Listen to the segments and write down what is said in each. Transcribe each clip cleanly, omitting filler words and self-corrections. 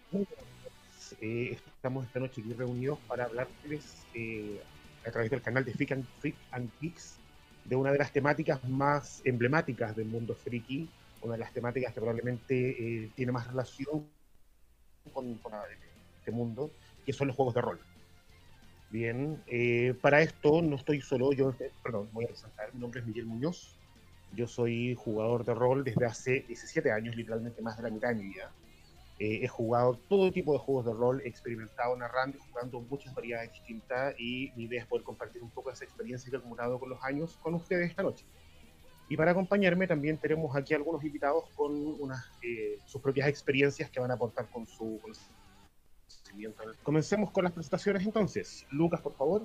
Muy buenas. Estamos esta noche aquí reunidos para hablarles a través del canal de Freak and Geeks de una de las temáticas más emblemáticas del mundo friki, una de las temáticas que probablemente tiene más relación con este mundo, que son los juegos de rol. Bien, para esto no estoy solo, perdón, voy a presentar, mi nombre es Miguel Muñoz, yo soy jugador de rol desde hace 17 años, literalmente más de la mitad de mi vida. He jugado todo tipo de juegos de rol, he experimentado narrando y jugando muchas variedades distintas y mi idea es poder compartir un poco esa experiencia que he acumulado con los años con ustedes esta noche. Y para acompañarme también tenemos aquí algunos invitados con sus propias experiencias que van a aportar con su conocimiento. Comencemos con las presentaciones entonces. Lucas, por favor.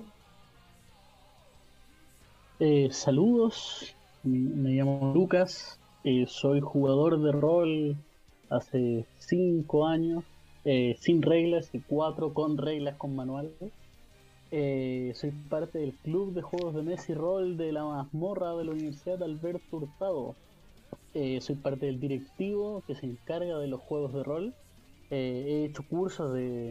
Saludos, me llamo Lucas, soy jugador de rol hace 5 años, sin reglas y 4 con reglas con manual. Soy parte del club de juegos de mesa y rol de la mazmorra de la Universidad Alberto Hurtado. Soy parte del directivo que se encarga de los juegos de rol. He hecho cursos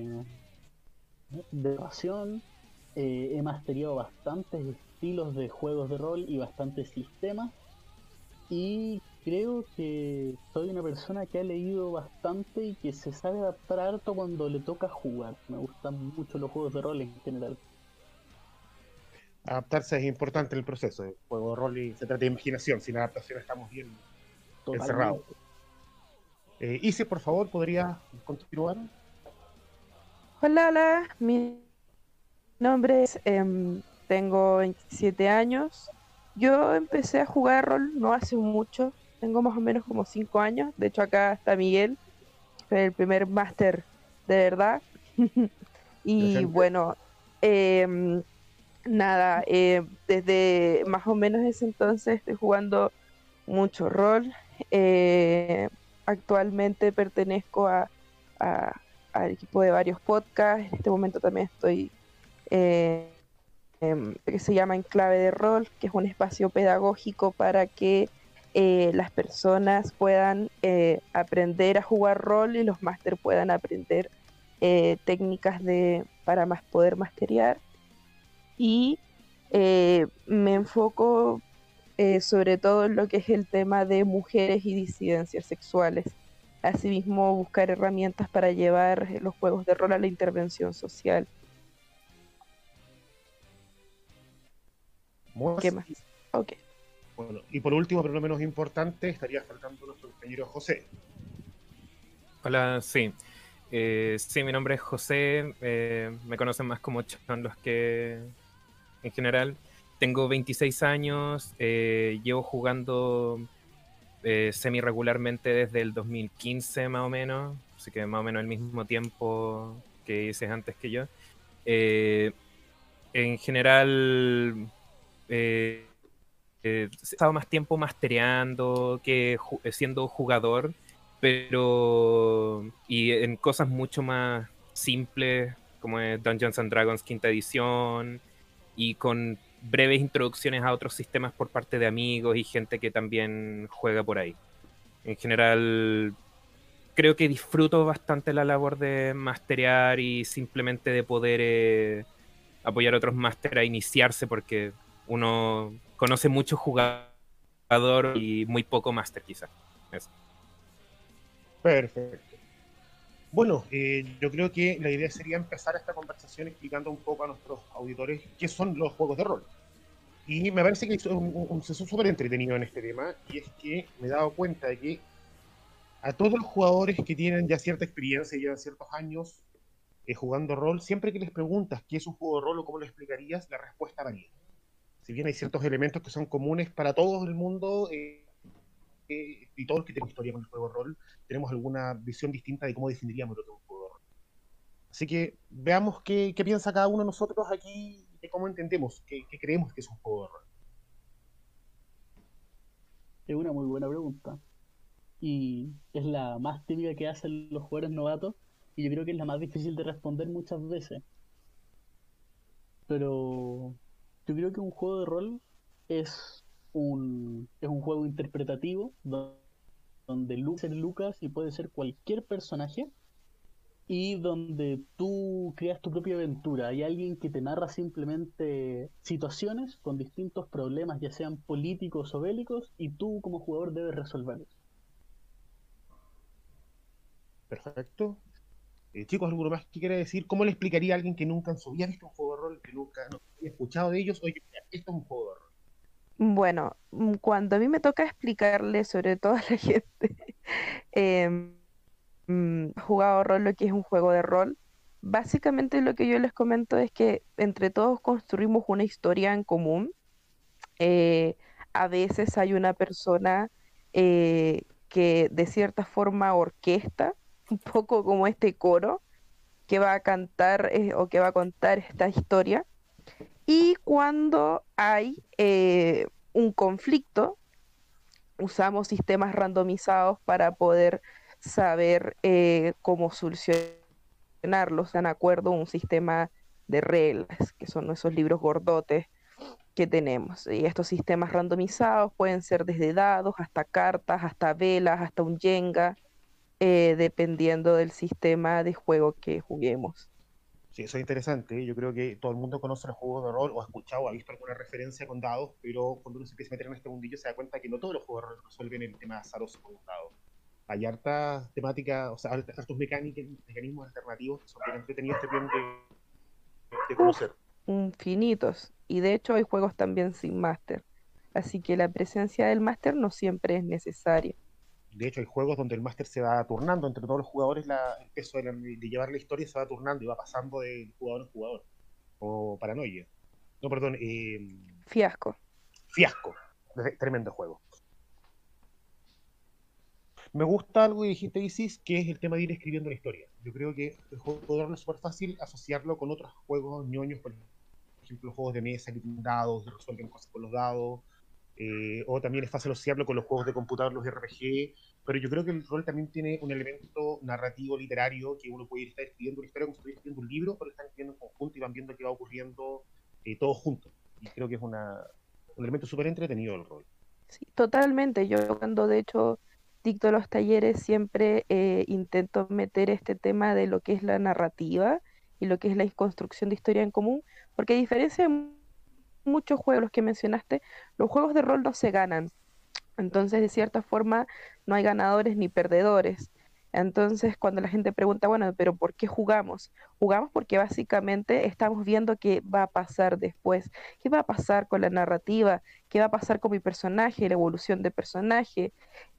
de narración. He masteriado bastantes estilos de juegos de rol y bastantes sistemas. Y creo que soy una persona que ha leído bastante y que se sabe adaptar harto cuando le toca jugar. Me gustan mucho los juegos de rol en general. Adaptarse es importante en el proceso. El juego de rol y se trata de imaginación. Sin adaptación estamos bien encerrados. Totalmente. Ise, por favor, ¿podría continuar? Hola, hola, mi nombre es, tengo 27 años. Yo empecé a jugar rol no hace mucho, tengo más o menos como 5 años. De hecho, acá está Miguel, que fue el primer máster de verdad. Y Presente. bueno, em, nada, desde más o menos ese entonces estoy jugando mucho rol. Eh, Actualmente pertenezco a- al equipo de varios podcasts. En este momento también estoy eh, que se llama Enclave de Rol, que es un espacio pedagógico para que las personas puedan aprender a jugar rol y los máster puedan aprender técnicas para más poder masterear. Y me enfoco sobre todo en lo que es el tema de mujeres y disidencias sexuales. Asimismo, buscar herramientas para llevar los juegos de rol a la intervención social. ¿Qué Más. más? Ok. Bueno, y por último, pero no menos importante, estaría faltando nuestro compañero José. Hola, sí. Sí, mi nombre es José. Me conocen más como Chon los que en general. Tengo 26 años. Llevo jugando semi regularmente desde el 2015 más o menos. Así que más o menos el mismo tiempo que hice antes que yo. Eh, en general, eh, he estado más tiempo mastereando que siendo jugador, pero y en cosas mucho más simples como es Dungeons and Dragons quinta edición y con breves introducciones a otros sistemas por parte de amigos y gente que también juega por ahí. En general, creo que disfruto bastante la labor de masterear y simplemente de poder apoyar a otros máster a iniciarse porque uno conoce mucho jugador y muy poco máster quizá. Eso. Perfecto. Bueno, yo creo que la idea sería empezar esta conversación explicando un poco a nuestros auditores qué son los juegos de rol. Y me parece que es un proceso súper entretenido en este tema, y es que me he dado cuenta de que a todos los jugadores que tienen ya cierta experiencia y llevan ciertos años jugando rol, siempre que les preguntas qué es un juego de rol o cómo lo explicarías, la respuesta varía. Si bien hay ciertos elementos que son comunes para todo el mundo, y todos los que tenemos historia con el juego de rol, tenemos alguna visión distinta de cómo definiríamos lo que es un juego de rol. Así que veamos qué piensa cada uno de nosotros aquí, de cómo entendemos, qué creemos que es un juego de rol. Es una muy buena pregunta. Y es la más típica que hacen los jugadores novatos. Y yo creo que es la más difícil de responder muchas veces. Pero yo creo que un juego de rol es un juego interpretativo donde Lucas es Lucas y puede ser cualquier personaje. y donde tú creas tu propia aventura. Hay alguien que te narra simplemente situaciones con distintos problemas, ya sean políticos o bélicos, y tú como jugador debes resolverlos. Perfecto. Chicos, ¿alguno más que quiera decir? ¿Cómo le explicaría a alguien que nunca en su vida ha visto un juego de rol, que nunca no, había escuchado de ellos? Oye, mira, esto es un juego de rol. Bueno, cuando a mí me toca explicarle, sobre todo a la gente, em, jugado rol, lo que es un juego de rol, básicamente lo que yo les comento es que entre todos construimos una historia en común. eh, a veces hay una persona que de cierta forma orquesta, un poco como este coro, que va a cantar o que va a contar esta historia. Y cuando hay un conflicto, usamos sistemas randomizados para poder saber cómo solucionarlos, de acuerdo a un sistema de reglas, que son esos libros gordotes que tenemos. Y estos sistemas randomizados pueden ser desde dados hasta cartas, hasta velas, hasta un Jenga, dependiendo del sistema de juego que juguemos. Sí, eso es interesante. Yo creo que todo el mundo conoce los juegos de rol o ha escuchado o ha visto alguna referencia con dados, pero cuando uno se empieza a meter en este mundillo se da cuenta que no todos los juegos de rol resuelven el tema azaroso con los dados. Hay hartas temáticas, o sea, hartos mecanismos alternativos que son bien entretenidos que tienen de Uf, conocer. infinitos. Y de hecho hay juegos también sin máster. Así que la presencia del máster no siempre es necesaria. De hecho, hay juegos donde el máster se va turnando entre todos los jugadores, el peso de llevar la historia se va turnando y va pasando de jugador en jugador. O Paranoia. No, perdón, Fiasco. Fiasco. Tremendo juego. Me gusta algo que dijiste, Isis, que es el tema de ir escribiendo la historia. Yo creo que el juego de rol es súper fácil asociarlo con otros juegos ñoños, por ejemplo, juegos de mesa que tienen dados, que resuelven cosas con los dados, o también es fácil asociarlo con los juegos de computador, los RPG, pero yo creo que el rol también tiene un elemento narrativo, literario, que uno puede estar escribiendo una historia como si estuviera escribiendo un libro, pero están escribiendo en conjunto y van viendo qué va ocurriendo todos juntos. Y creo que es un elemento súper entretenido del rol. Sí, totalmente. Yo cuando de hecho dicto los talleres siempre intento meter este tema de lo que es la narrativa y lo que es la construcción de historia en común, porque a diferencia de muchos juegos los que mencionaste, los juegos de rol no se ganan. Entonces, de cierta forma, no hay ganadores ni perdedores. Entonces, cuando la gente pregunta, bueno, pero ¿por qué jugamos? Jugamos porque básicamente estamos viendo qué va a pasar después, qué va a pasar con la narrativa, qué va a pasar con mi personaje, la evolución de personaje,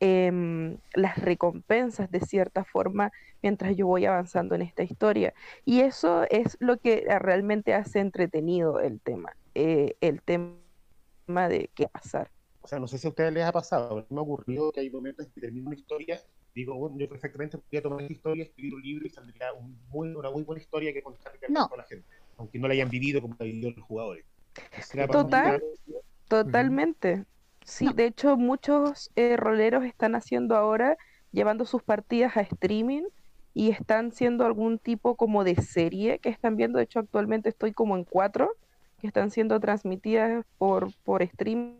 las recompensas de cierta forma mientras yo voy avanzando en esta historia. Y eso es lo que realmente hace entretenido el tema de qué pasar. O sea, no sé si a ustedes les ha pasado, pero me ha ocurrido que hay momentos en que termino una historia, digo, bueno, yo perfectamente podría tomar esta historia, escribir un libro y saldría una muy buena historia que contarle a No, toda la gente, aunque no la hayan vivido como la vivido los jugadores. ¿Se le ha pasado a Total, ustedes? Ujú. totalmente. Sí, no. de hecho muchos roleros están haciendo ahora, llevando sus partidas a streaming y están siendo algún tipo como de serie que están viendo. De hecho, actualmente estoy como en cuatro que están siendo transmitidas por streaming,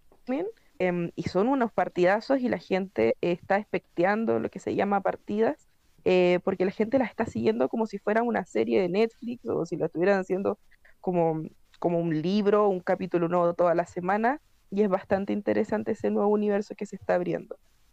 y son unos partidazos y la gente está expecteando lo que se llama partidas, porque la gente las está siguiendo como si fuera una serie de Netflix o si la estuvieran haciendo como, como un libro, un capítulo nuevo toda la semana, y es bastante interesante ese nuevo universo que se está abriendo.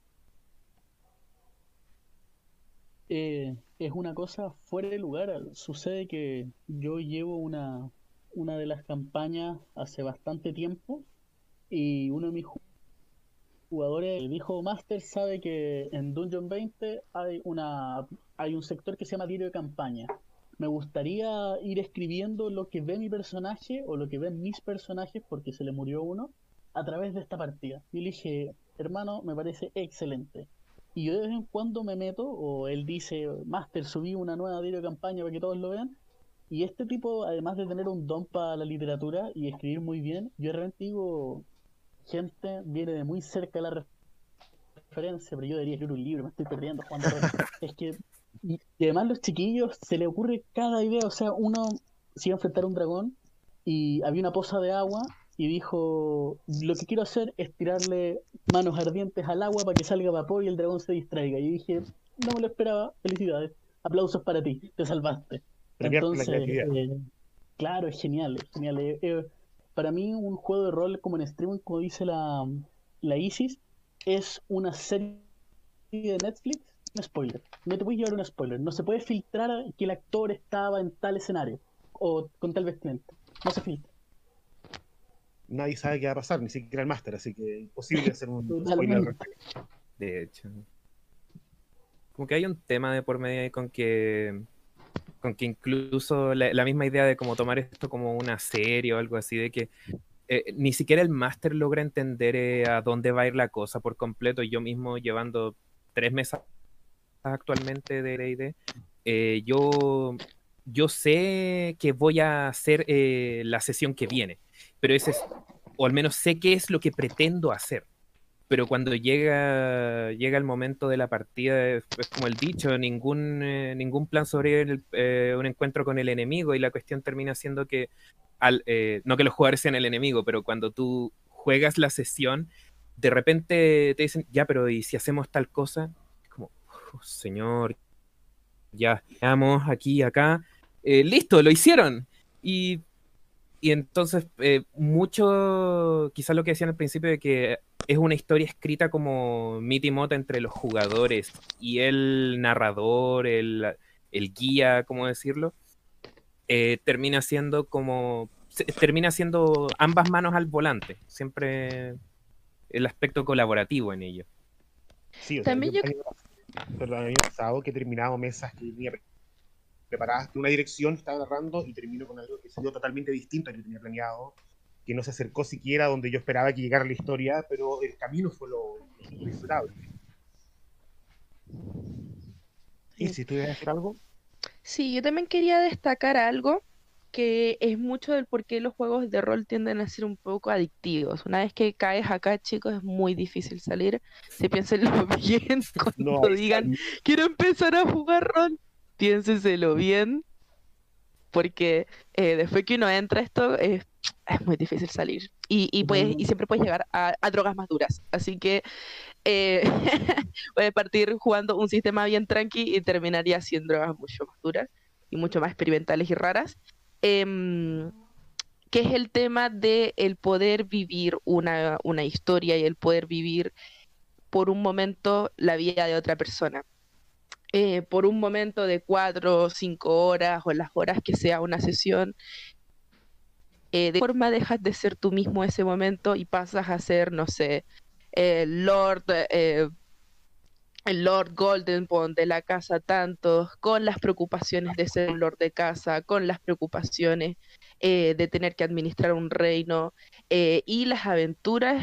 Es una cosa fuera de lugar. Sucede que yo llevo una de las campañas hace bastante tiempo y uno de mis jugadores dijo, Master sabe que en Dungeon 20 hay un sector que se llama diario de campaña. Me gustaría ir escribiendo lo que ve mi personaje o lo que ven mis personajes porque se le murió uno a través de esta partida. Y le dije, hermano, me parece excelente. Y yo de vez en cuando me meto, o él dice, Master, subí una nueva diario de campaña para que todos lo vean. Y este tipo, además de tener un don para la literatura y escribir muy bien, yo realmente digo, gente, viene de muy cerca la referencia, pero yo debería escribir un libro, me estoy perdiendo jugando rol. Es que, y además los chiquillos se le ocurre cada idea, o sea, uno se iba a enfrentar a un dragón y había una poza de agua y dijo, lo que quiero hacer es tirarle manos ardientes al agua para que salga vapor y el dragón se distraiga. Y dije, no me lo esperaba, felicidades. Aplausos para ti, te salvaste. Premiar la Entonces, creatividad. claro, es genial, es genial. Para mí un juego de rol como en streaming, como dice la Isis, es una serie de Netflix, un spoiler. No te puedes llevar un spoiler. No se puede filtrar que el actor estaba en tal escenario o con tal vestimenta. No se filtra. Nadie sabe qué va a pasar, ni siquiera el máster, así que imposible hacer un spoiler al Totalmente. respecto. De hecho. Como que hay un tema de por medio ahí con que incluso la misma idea de como tomar esto como una serie o algo así, de que ni siquiera el máster logra entender a dónde va a ir la cosa por completo. Yo mismo llevando 3 mesas actualmente de D&D, yo sé que voy a hacer la sesión que viene, pero o al menos sé qué es lo que pretendo hacer. Pero cuando llega el momento de la partida, es como el dicho, ningún plan sobre un encuentro con el enemigo, y la cuestión termina siendo que, no que los jugadores sean el enemigo, pero cuando tú juegas la sesión, de repente te dicen, ya, pero ¿y si hacemos tal cosa? Es como, "Oh, señor, ya, vamos aquí, acá, listo, lo hicieron". Y entonces, quizás lo que decían al principio de que es una historia escrita como mit y mota entre los jugadores y el narrador, el guía, ¿cómo decirlo? Termina siendo ambas manos al volante, siempre el aspecto colaborativo en ello. Sí, o sea, También yo, perdón, a mí me ha pasado que he terminado mesas que tenía preparadas de una dirección, estaba narrando y termino con algo que salió totalmente distinto a lo que tenía planeado, que no se acercó siquiera a donde yo esperaba que llegara la historia, pero el camino fue lo disfrutable. Y sí. si tú ibas a hacer algo, Sí, yo también quería destacar algo que es mucho del por qué los juegos de rol tienden a ser un poco adictivos. Una vez que caes acá, chicos, es muy difícil salir. Si piénsenlo bien no cuando hay digan, salida. quiero empezar a jugar rol, piénsenselo bien, porque después que uno entra a esto, es muy difícil salir. Y Totalmente. siempre puedes llegar a drogas más duras. Así que eh, puedes partir jugando un sistema bien tranqui y terminaría siendo drogas mucho más duras y mucho más experimentales y raras. Em, que es el tema de el poder vivir una historia y el poder vivir por un momento la vida de otra persona. Por un momento de 4 o 5 horas o las horas que sea una sesión, de forma dejas de ser tú mismo ese momento y pasas a ser, no sé, el Lord, el Lord Goldenpond de la casa tantos, con las preocupaciones de ser un Lord de casa, con las preocupaciones de tener que administrar un reino y las aventuras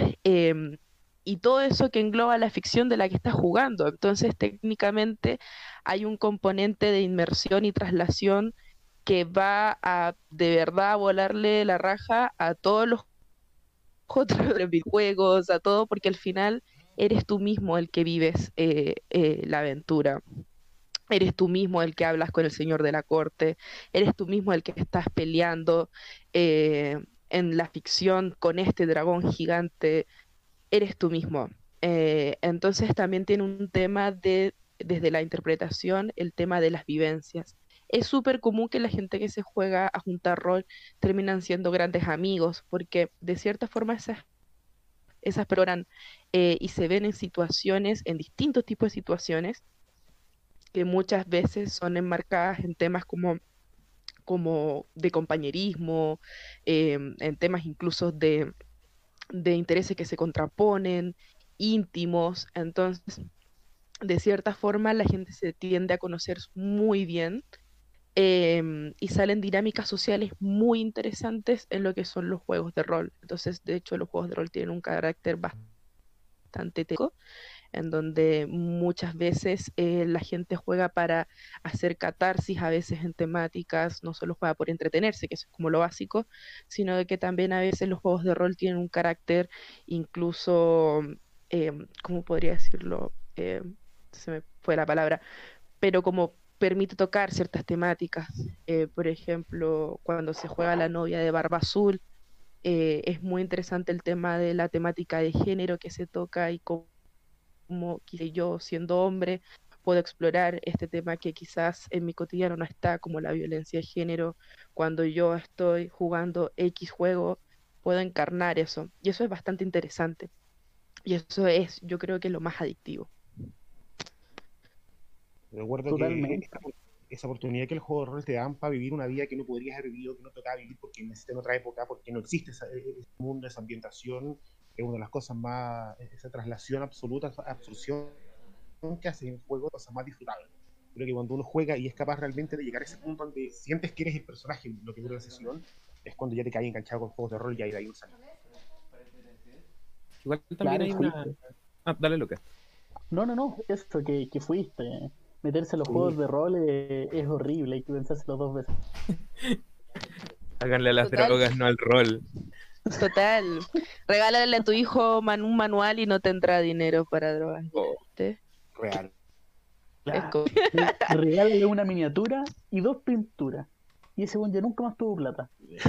y todo eso que engloba la ficción de la que estás jugando. Entonces, técnicamente hay un componente de inmersión y traslación que va a de verdad volarle la raja a todos los otros videojuegos, a todo, porque al final eres tú mismo el que vives la aventura. Eres tú mismo el que hablas con el señor de la corte, eres tú mismo el que estás peleando en la ficción con este dragón gigante, eres tú mismo. Entonces también tiene un tema desde la interpretación, el tema de las vivencias. Es súper común que la gente que se juega a juntar rol terminan siendo grandes amigos, porque de cierta forma esas personas y se ven en situaciones, en distintos tipos de situaciones, que muchas veces son enmarcadas en temas como de compañerismo, en temas incluso de intereses que se contraponen, íntimos. Entonces, de cierta forma, la gente se tiende a conocer muy bien y salen dinámicas sociales muy interesantes en lo que son los juegos de rol. Entonces, de hecho, los juegos de rol tienen un carácter bastante teco, en donde muchas veces la gente juega para hacer catarsis, a veces en temáticas, no solo juega por entretenerse, que eso es como lo básico, sino de que también a veces los juegos de rol tienen un carácter incluso, ¿cómo podría decirlo? Se me fue la palabra, pero como permite tocar ciertas temáticas. Por ejemplo, cuando se juega la novia de Barba Azul, es muy interesante el tema de la temática de género que se toca y cómo quise yo, siendo hombre, puedo explorar este tema que quizás en mi cotidiano no está, como la violencia de género. Cuando yo estoy jugando X juego, puedo encarnar eso. Y eso es bastante interesante. Y eso es, yo creo que lo más adictivo. Recuerdo que Totalmente. esa oportunidad que el juego de rol te dan para vivir una vida que no podrías haber vivido, que no tocaba vivir porque naciste en otra época, porque no existe ese mundo, esa ambientación, es una de las cosas más, esa traslación absoluta, esa absorción que hace en juego, cosas más disfrutables. Creo que cuando uno juega y es capaz realmente de llegar a ese punto donde sientes que eres el personaje, lo que dura la sesión, es cuando ya te caes enganchado con juegos de rol y ahí de ahí no sales. Igual también Claro, hay una... fuiste. Ah, dale, Lucas. No, eso que fuiste. Meterse en los Sí. juegos de rol es horrible, hay que pensárselo dos veces. Háganle a las Total, drogas, no al rol. total. Regálale a tu hijo un manual y no tendrá dinero para drogas. Oh. ¿Viste? Real. Es Claro. como... Regálale una miniatura y dos pinturas. Y ese buen ya nunca más tuvo plata.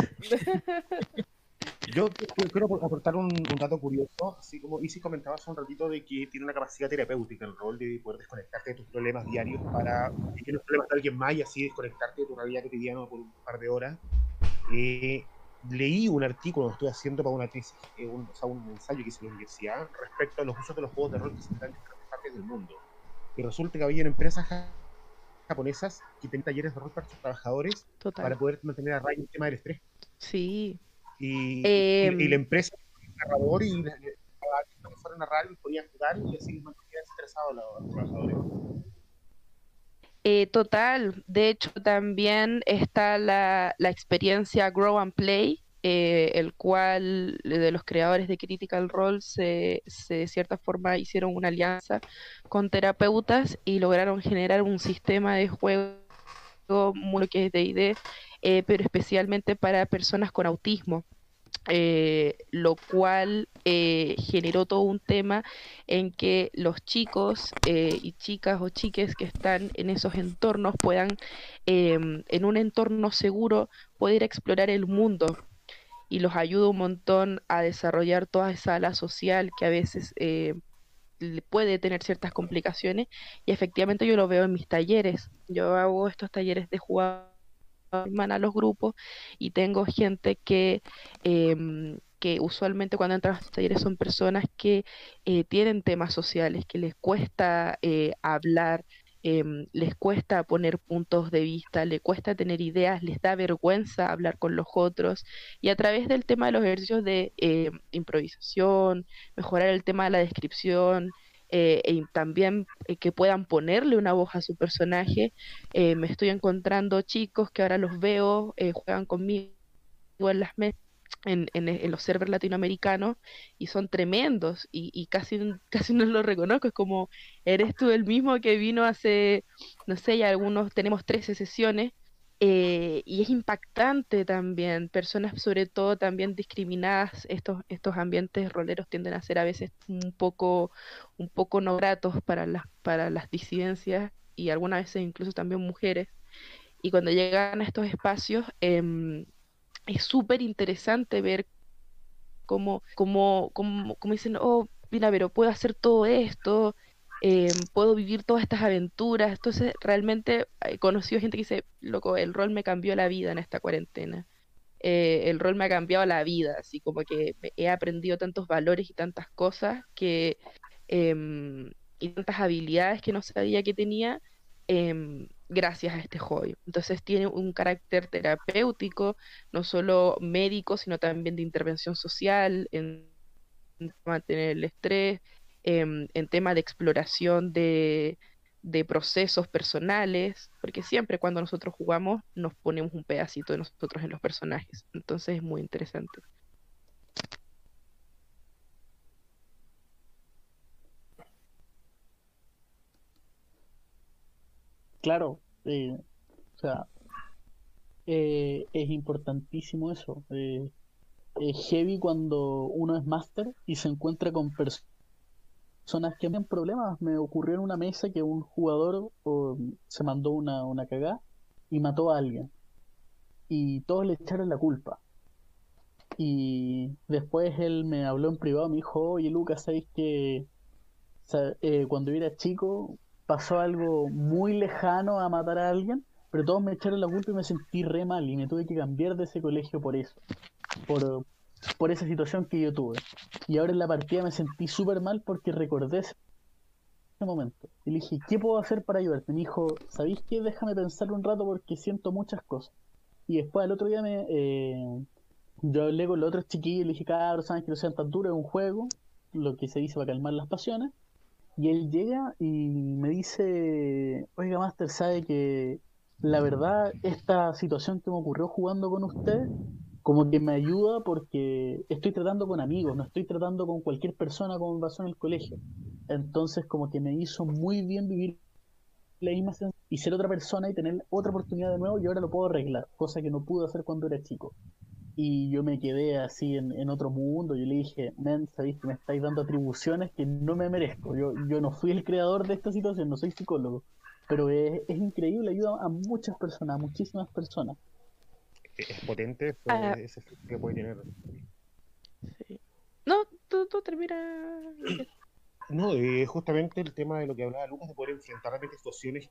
Yo quiero aportar un dato curioso, así como Isis comentaba hace un ratito de que tiene una capacidad terapéutica el rol de poder desconectarte de tus problemas diarios para que los problemas de alguien más y así desconectarte de tu realidad cotidiana por un par de horas. Eh, Leí un artículo que estoy haciendo para una tesis, o sea, un ensayo que hice en la universidad respecto a los usos de los juegos de rol que se dan en diferentes partes del mundo. Y resulta que había empresas japonesas que tienen talleres de rol para sus trabajadores Total. para poder mantener a raya el tema del estrés. Sí. Y la empresa ponía un narrador y cada vez que fuera a narrar y podía jugar y así mantenía estresados a los trabajadores. Total, de hecho también está la experiencia Grow and Play, el cual de los creadores de Critical Role de cierta forma hicieron una alianza con terapeutas y lograron generar un sistema de juego muy lo que es D&D, pero especialmente para personas con autismo, lo cual generó todo un tema en que los chicos y chicas o chiques que están en esos entornos puedan, en un entorno seguro, poder explorar el mundo y los ayuda un montón a desarrollar toda esa ala social que a veces puede tener ciertas complicaciones y efectivamente yo lo veo en mis talleres. Yo hago estos talleres de jugar a los grupos y tengo gente que usualmente cuando entran a estos talleres son personas que tienen temas sociales, que les cuesta hablar, les cuesta poner puntos de vista, les cuesta tener ideas, les da vergüenza hablar con los otros y a través del tema de los ejercicios de improvisación, mejorar el tema de la descripción, y también que puedan ponerle una voz a su personaje, me estoy encontrando chicos que ahora los veo, juegan conmigo en las en los servers latinoamericanos y son tremendos y casi, casi no los reconozco, es como, eres tú el mismo que vino hace, no sé, ya algunos tenemos 13 sesiones. Y es impactante también, personas sobre todo también discriminadas, estos ambientes roleros tienden a ser a veces un poco no gratos para las disidencias y algunas veces incluso también mujeres. Y cuando llegan a estos espacios, es súper interesante ver cómo dicen, oh, mira, pero puedo hacer todo esto, puedo vivir todas estas aventuras. Entonces, realmente he conocido gente que dice, loco, el rol me cambió la vida en esta cuarentena. El rol me ha cambiado la vida, así como que he aprendido tantos valores y tantas cosas y tantas habilidades que no sabía que tenía gracias a este hobby. Entonces tiene un carácter terapéutico, no solo médico, sino también de intervención social, en mantener el estrés, en tema de exploración de procesos personales, porque siempre cuando nosotros jugamos nos ponemos un pedacito de nosotros en los personajes. Entonces es muy interesante. Claro, o sea, es importantísimo eso. Es heavy cuando uno es máster y se encuentra con personas que tienen problemas. Me ocurrió en una mesa que un jugador se mandó una cagada y mató a alguien. Y todos le echaron la culpa. Y después él me habló en privado, me dijo, oye Lucas, ¿sabes que cuando yo era chico pasó algo muy lejano a matar a alguien, pero todos me echaron la culpa y me sentí re mal y me tuve que cambiar de ese colegio por eso, por esa situación que yo tuve. Y ahora en la partida me sentí súper mal porque recordé ese momento. Y le dije, ¿qué puedo hacer para ayudarte? Me dijo, ¿sabéis qué? Déjame pensar un rato porque siento muchas cosas. Y después al otro día yo hablé con los otros chiquillos y le dije, cabros, saben que no sean tan duros, es un juego, lo que se dice para calmar las pasiones. Y él llega y me dice, oiga, Master, ¿sabe que la verdad esta situación que me ocurrió jugando con usted, como que me ayuda porque estoy tratando con amigos, no estoy tratando con cualquier persona como me pasó en el colegio? Entonces como que me hizo muy bien vivir la misma sensación y ser otra persona y tener otra oportunidad de nuevo y ahora lo puedo arreglar, cosa que no pude hacer cuando era chico. Y yo me quedé así en otro mundo. Yo le dije, men, sabéis que me estáis dando atribuciones que no me merezco. Yo no fui el creador de esta situación, no soy psicólogo. Pero es increíble, ayuda a muchas personas, a muchísimas personas. Es potente Ah, ese efecto que puede tener. sí. No, tú termina. No, justamente el tema de lo que hablaba Lucas, de poder enfrentar realmente situaciones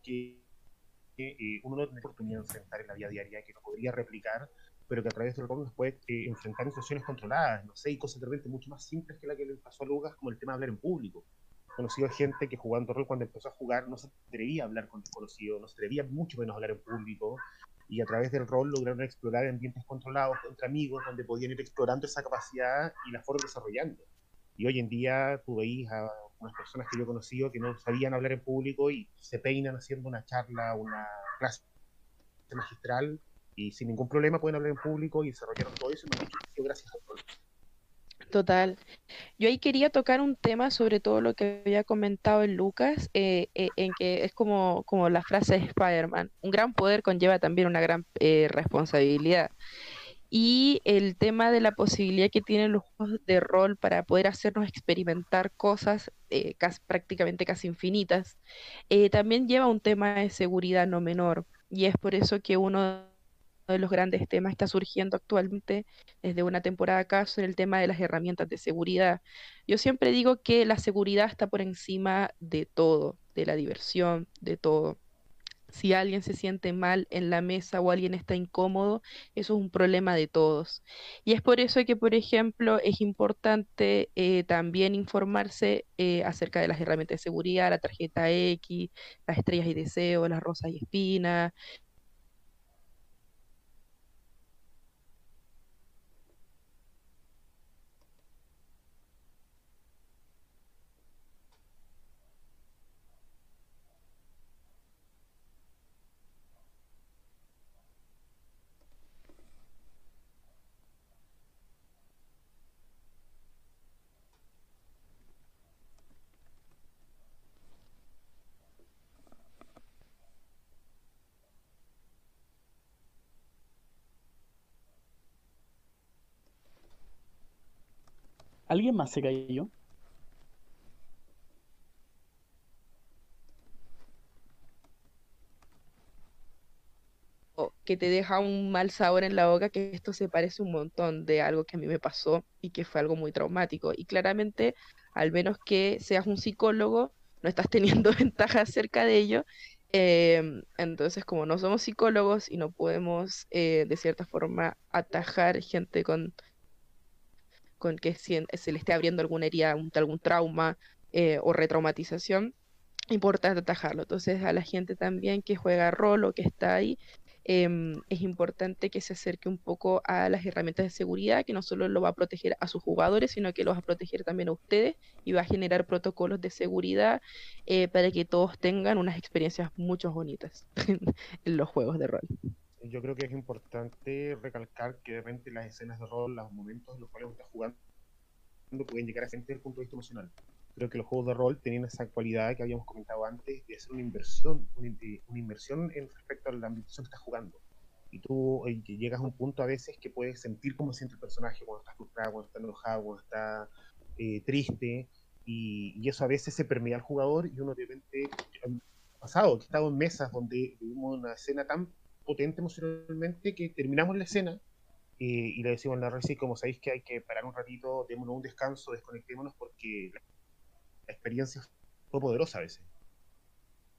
que uno no tiene oportunidad de enfrentar en la vida diaria, que no podría replicar, pero que a través del rol nos puede enfrentar en situaciones controladas, no sé, y cosas de repente mucho más simples que la que le pasó a Lucas, como el tema de hablar en público. He conocido gente que jugando rol, cuando empezó a jugar, no se atrevía a hablar con desconocidos, no se atrevía mucho menos a hablar en público, y a través del rol lograron explorar ambientes controlados entre amigos, donde podían ir explorando esa capacidad y la fueron desarrollando. Y hoy en día tú veis a unas personas que yo he conocido que no sabían hablar en público y se peinan haciendo una charla, una clase magistral, y sin ningún problema pueden hablar en público y desarrollaron todo eso, y me han dicho que ha sido gracias al rol. Total. Yo ahí quería tocar un tema sobre todo lo que había comentado el Lucas, en que es como la frase de Spider-Man, un gran poder conlleva también una gran responsabilidad. Y el tema de la posibilidad que tienen los juegos de rol para poder hacernos experimentar cosas prácticamente casi infinitas, también lleva un tema de seguridad no menor. Y es por eso que uno de los grandes temas que está surgiendo actualmente desde una temporada acá son el tema de las herramientas de seguridad. Yo siempre digo que la seguridad está por encima de todo, de la diversión, de todo. Si alguien se siente mal en la mesa o alguien está incómodo, eso es un problema de todos. Y es por eso que, por ejemplo, es importante también informarse acerca de las herramientas de seguridad, la tarjeta X, las estrellas y deseos, las rosas y espinas. ¿Alguien más se cayó? Que te deja un mal sabor en la boca, que esto se parece un montón de algo que a mí me pasó y que fue algo muy traumático. Y claramente, al menos que seas un psicólogo, no estás teniendo ventaja acerca de ello. Entonces, como no somos psicólogos y no podemos, de cierta forma, atajar gente con que se le esté abriendo alguna herida, algún trauma o retraumatización, importante atajarlo. Entonces, a la gente también que juega rol o que está ahí, es importante que se acerque un poco a las herramientas de seguridad, que no solo lo va a proteger a sus jugadores, sino que los va a proteger también a ustedes y va a generar protocolos de seguridad para que todos tengan unas experiencias mucho bonitas en los juegos de rol. Yo creo que es importante recalcar que de repente las escenas de rol, los momentos en los cuales uno está jugando, pueden llegar a sentir desde el punto de vista emocional. Creo que los juegos de rol tenían esa cualidad que habíamos comentado antes de hacer una inversión en respecto a la ambientación que estás jugando. Y tú que llegas a un punto a veces que puedes sentir cómo se siente el personaje cuando está frustrado, cuando está enojado, cuando está triste, y eso a veces se permea al jugador y uno de repente, pasado, que he estado en mesas donde vivimos una escena tan potente emocionalmente que terminamos la escena y le decimos a la Reci, como sabéis que hay que parar un ratito, démonos un descanso, desconectémonos porque la experiencia fue poderosa a veces.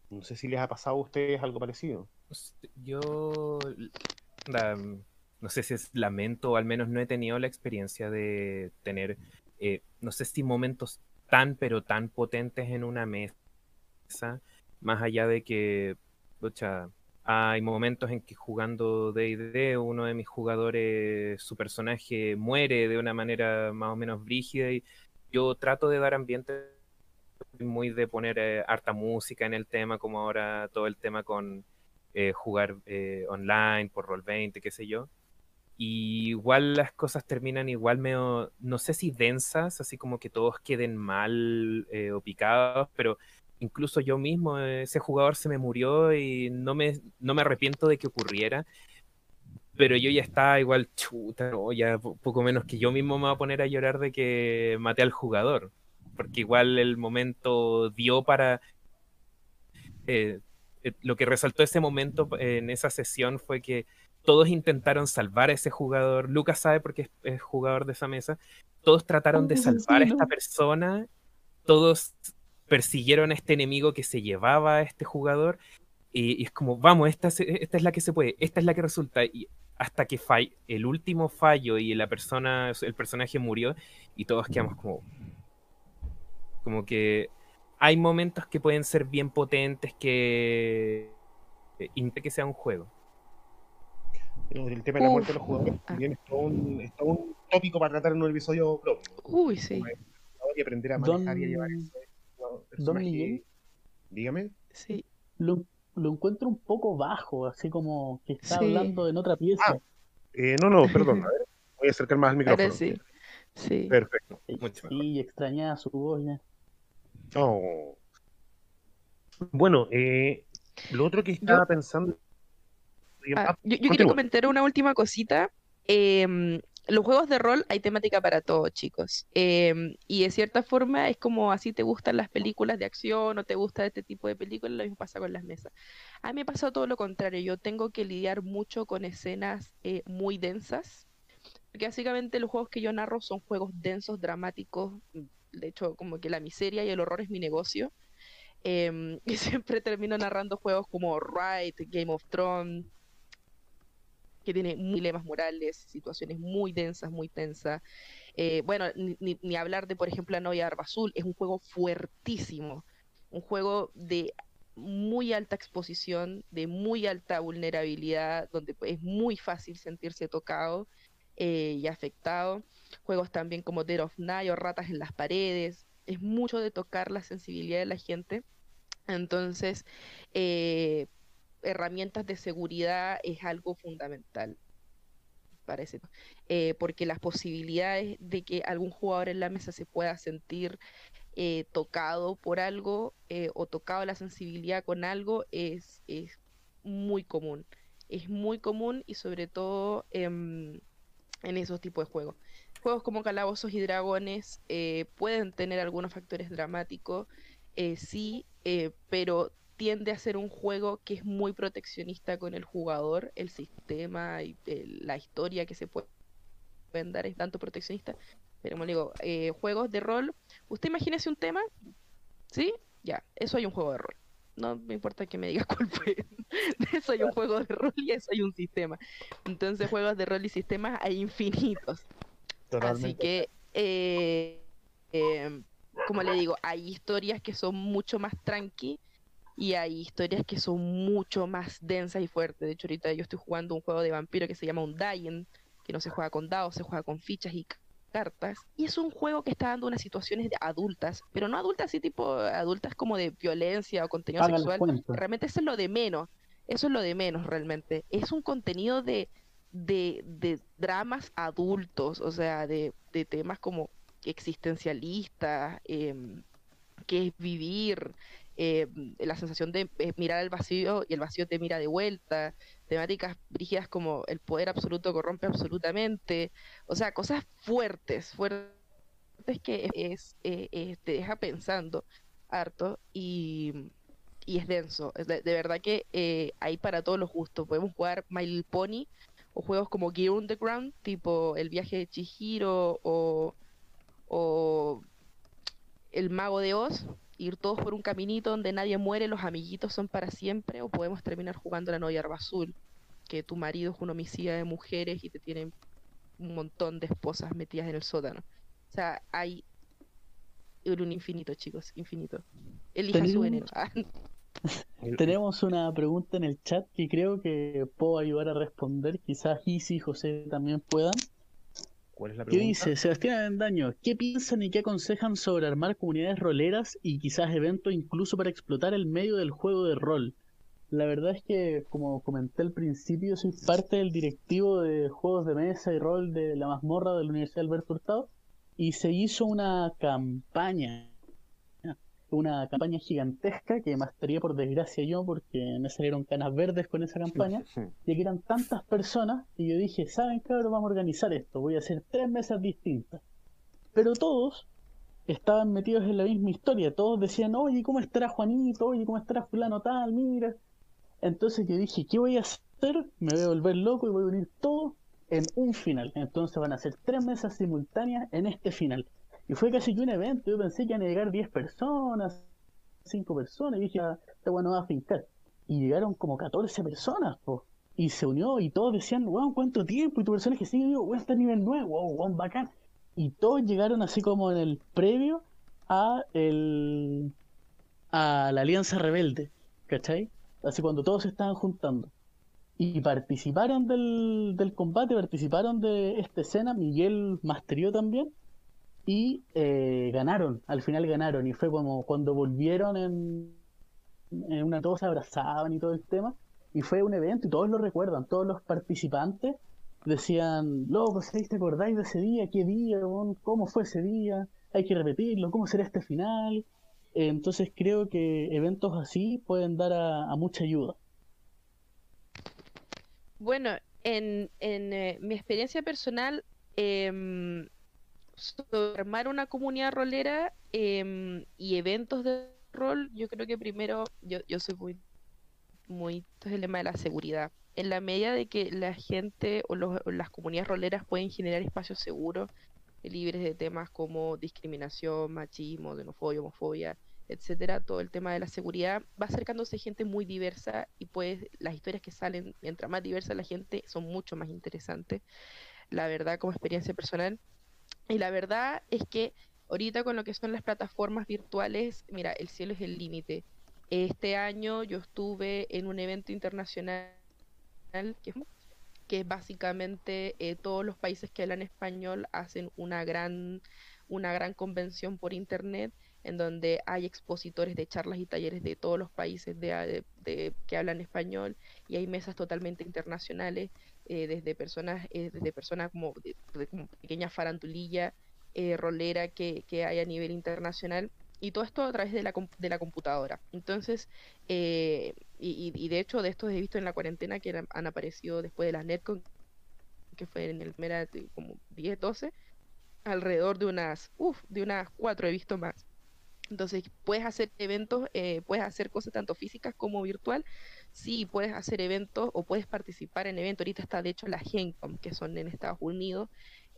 No sé si les ha pasado a ustedes algo parecido. Yo, da, no sé si es lamento o al menos no he tenido la experiencia de tener, no sé si momentos tan pero tan potentes en una mesa, más allá de que, pucha, hay momentos en que jugando D&D uno de mis jugadores, su personaje muere de una manera más o menos brígida y yo trato de dar ambiente muy de poner harta música en el tema, como ahora todo el tema con jugar online por Roll20, qué sé yo. Y igual las cosas terminan igual medio, no sé si densas, así como que todos queden mal o picados, pero incluso yo mismo, ese jugador se me murió y no me arrepiento de que ocurriera, pero yo ya estaba igual chuta, no, ya poco menos que yo mismo me voy a poner a llorar de que maté al jugador, porque igual el momento dio para eh, lo que resaltó ese momento en esa sesión fue que todos intentaron salvar a ese jugador. Lucas sabe porque es jugador de esa mesa. Todos trataron de ¡Ay, salvar a esta asesino! persona. Todos persiguieron a este enemigo que se llevaba a este jugador. Y es como, vamos, esta es la que se puede, esta es la que resulta. Y hasta que el último fallo y el personaje murió y todos quedamos como que hay momentos que pueden ser bien potentes que intente que sea un juego. Pero el tema de la muerte Uf. de los jugadores Ah, también es todo un tópico para tratar en un episodio propio. uy, El tema sí, de jugador y aprender a manejar y a llevar Don, ese Don Miguel, personaje. Dígame. sí, lo encuentro un poco bajo, así como que está sí. hablando en otra Ah, pieza. no, perdón. A ver, voy a acercar más al Ahora micrófono. sí, sí. Perfecto, mucho mejor. Sí, extrañaba su voz ya. Oh. Bueno, lo otro que Yo, estaba pensando. yo quería Continúa. comentar una última cosita. Los juegos de rol hay temática para todos, chicos. Y de cierta forma es como así te gustan las películas de acción o te gusta este tipo de películas, lo mismo pasa con las mesas. A mí me pasa todo lo contrario. Yo tengo que lidiar mucho con escenas muy densas. Porque básicamente los juegos que yo narro son juegos densos, dramáticos. De hecho, como que la miseria y el horror es mi negocio. Y siempre termino narrando juegos como Ride, Game of Thrones, que tiene dilemas morales, situaciones muy densas, muy tensas. Bueno, ni hablar de, por ejemplo, La novia de Arba Azul, es un juego fuertísimo, un juego de muy alta exposición, de muy alta vulnerabilidad, donde pues, es muy fácil sentirse tocado y afectado. Juegos también como Dead of Night o Ratas en las paredes, es mucho de tocar la sensibilidad de la gente. Entonces, eh, herramientas de seguridad es algo fundamental, parece, porque las posibilidades de que algún jugador en la mesa se pueda sentir tocado por algo o tocado la sensibilidad con algo es muy común. Es muy común y sobre todo en esos tipos de juegos. Juegos como Calabozos y Dragones pueden tener algunos factores dramáticos, sí, pero tiende a ser un juego que es muy proteccionista con el jugador, el sistema y la historia que se pueden dar es tanto proteccionista. Pero como le digo, juegos de rol, usted imagínese un tema, ¿sí? Ya, eso hay un juego de rol. No me importa que me digas cuál fue. De eso hay un juego de rol y eso hay un sistema. Entonces, juegos de rol y sistemas hay infinitos. Así Totalmente. que, em, como le digo, hay historias que son mucho más tranqui y hay historias que son mucho más densas y fuertes. De hecho, ahorita yo estoy jugando un juego de vampiro que se llama Undying, que no se juega con dados, se juega con fichas y cartas. Y es un juego que está dando unas situaciones de adultas, pero no adultas así tipo adultas como de violencia o contenido Paga las sexual. cuentas. Realmente eso es lo de menos. Eso es lo de menos realmente. Es un contenido de dramas adultos, o sea, de temas como existencialistas, qué es vivir, la sensación de mirar al vacío y el vacío te mira de vuelta, temáticas brígidas como el poder absoluto corrompe absolutamente, o sea, cosas fuertes, fuertes que te deja pensando harto y es denso. De verdad que hay para todos los gustos. Podemos jugar My Little Pony o juegos como Gear Underground, tipo El viaje de Chihiro o El Mago de Oz, ir todos por un caminito donde nadie muere, los amiguitos son para siempre, o podemos terminar jugando la novia azul, que tu marido es un homicida de mujeres y te tienen un montón de esposas metidas en el sótano. O sea, hay un infinito, chicos, infinito. Elija su veneno. Tenemos una pregunta en el chat que creo que puedo ayudar a responder. Quizás Isi y José también puedan. ¿Cuál es la ¿Qué pregunta? dice Sebastián Avendaño? ¿Qué piensan y qué aconsejan sobre armar comunidades roleras y quizás eventos incluso para explotar el medio del juego de rol? La verdad es que, como comenté al principio, soy parte del directivo de juegos de mesa y rol de la mazmorra de la Universidad Alberto Hurtado y se hizo una campaña gigantesca que mastería por desgracia yo porque me salieron canas verdes con esa campaña, ya que eran tantas personas y yo dije, ¿saben cabrón? Vamos a organizar esto, voy a hacer 3 mesas distintas. Pero todos estaban metidos en la misma historia, todos decían, oye, ¿cómo estará Juanito? Oye, ¿cómo estará fulano tal? Mira. Entonces yo dije, ¿qué voy a hacer? Me voy a volver loco y voy a unir todo en un final. Entonces van a ser 3 mesas simultáneas en este final. Y fue casi que un evento. Yo pensé que iban a llegar 10 personas, 5 personas. Y dije, esta bueno va a fincar. Y llegaron como 14 personas, po. Y se unió y todos decían, wow, ¿cuánto tiempo? Y tu personaje sigue, digo, wow, está a nivel 9, wow, wow, bacán. Y todos llegaron así como en el previo a la Alianza Rebelde, ¿cachai? Así cuando todos se estaban juntando. Y participaron del combate, participaron de esta escena, Miguel masterió también, y ganaron, al final ganaron, y fue como cuando volvieron en una, todos se abrazaban y todo el tema, y fue un evento, y todos lo recuerdan, todos los participantes decían, loco, ¿te acordáis de ese día? ¿Qué día? ¿Cómo fue ese día? Hay que repetirlo, ¿cómo será este final? Entonces creo que eventos así pueden dar a mucha ayuda. Bueno, en mi experiencia personal, sobre armar una comunidad rolera y eventos de rol, yo creo que primero yo soy muy, esto es el tema de la seguridad. En la medida de que la gente o las comunidades roleras pueden generar espacios seguros, libres de temas como discriminación, machismo, xenofobia, homofobia, etcétera, todo el tema de la seguridad, va acercándose gente muy diversa y pues las historias que salen, mientras más diversa la gente, son mucho más interesantes, la verdad, como experiencia personal. Y la verdad es que ahorita con lo que son las plataformas virtuales, mira, el cielo es el límite. Este año yo estuve en un evento internacional que es básicamente todos los países que hablan español hacen una gran convención por internet en donde hay expositores de charlas y talleres de todos los países que hablan español y hay mesas totalmente internacionales desde personas como pequeña farandulilla rolera que hay a nivel internacional y todo esto a través de la computadora. Entonces, y de hecho de estos he visto en la cuarentena que han aparecido después de las NetCon, que fue en el primera como 10 12 alrededor de unas 4 he visto más. Entonces, puedes hacer eventos, puedes hacer cosas tanto físicas como virtual. Sí, puedes hacer eventos o puedes participar en eventos. Ahorita está, de hecho, la GenCom, que son en Estados Unidos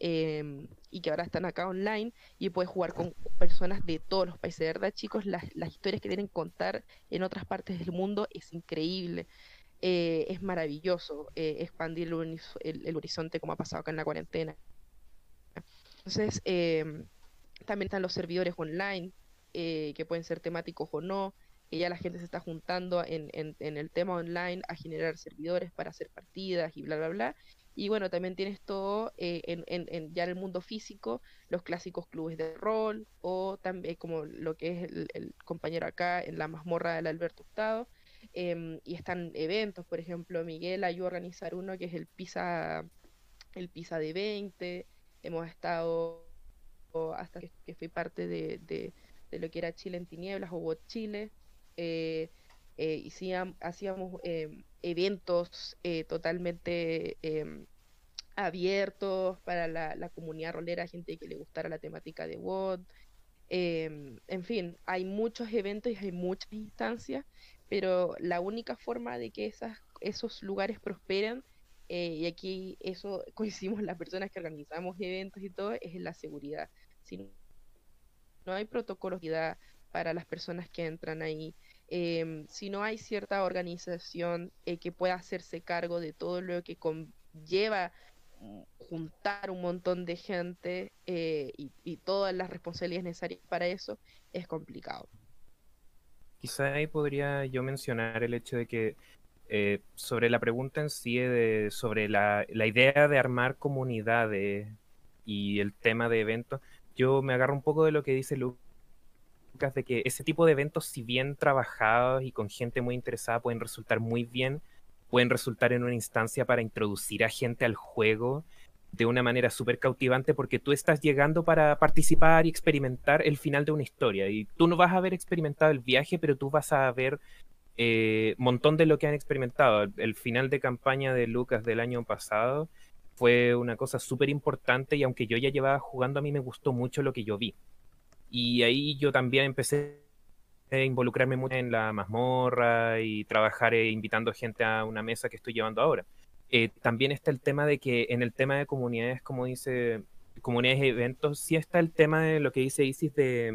y que ahora están acá online y puedes jugar con personas de todos los países. De verdad, chicos, las historias que tienen que contar en otras partes del mundo es increíble. Es maravilloso expandir el horizonte como ha pasado acá en la cuarentena. Entonces, también están los servidores online, que pueden ser temáticos o no, que ya la gente se está juntando en el tema online a generar servidores para hacer partidas y bla, bla, bla. Y bueno, también tienes todo ya en el mundo físico, los clásicos clubes de rol, o también como lo que es el compañero acá en la mazmorra del Alberto Hurtado. Y están eventos, por ejemplo, Miguel ayudó a organizar uno que es el PISA de 20. Hemos estado hasta que fui parte de lo que era Chile en Tinieblas o WOT Chile. Hacíamos eventos totalmente abiertos para la comunidad rolera, gente que le gustara la temática de WOT. En fin, hay muchos eventos y hay muchas instancias, pero la única forma de que esos lugares prosperen, y aquí eso coincidimos las personas que organizamos eventos y todo, es en la seguridad. Si no hay protocolos de seguridad, para las personas que entran ahí. Si no hay cierta organización que pueda hacerse cargo de todo lo que conlleva juntar un montón de gente y todas las responsabilidades necesarias para eso, es complicado. Quizá ahí podría yo mencionar el hecho de que sobre la pregunta en sí, sobre la idea de armar comunidades y el tema de eventos, yo me agarro un poco de lo que dice Lucas, de que ese tipo de eventos, si bien trabajados y con gente muy interesada, pueden resultar muy bien, pueden resultar en una instancia para introducir a gente al juego de una manera súper cautivante, porque tú estás llegando para participar y experimentar el final de una historia, y tú no vas a haber experimentado el viaje, pero tú vas a ver montón de lo que han experimentado. El final de campaña de Lucas del año pasado fue una cosa súper importante, y aunque yo ya llevaba jugando, a mí me gustó mucho lo que yo vi. Y ahí yo también empecé a involucrarme mucho en la mazmorra y trabajar invitando gente a una mesa que estoy llevando ahora. También está el tema de que en el tema de comunidades, como dice, comunidades y eventos, sí está el tema de lo que dice Isis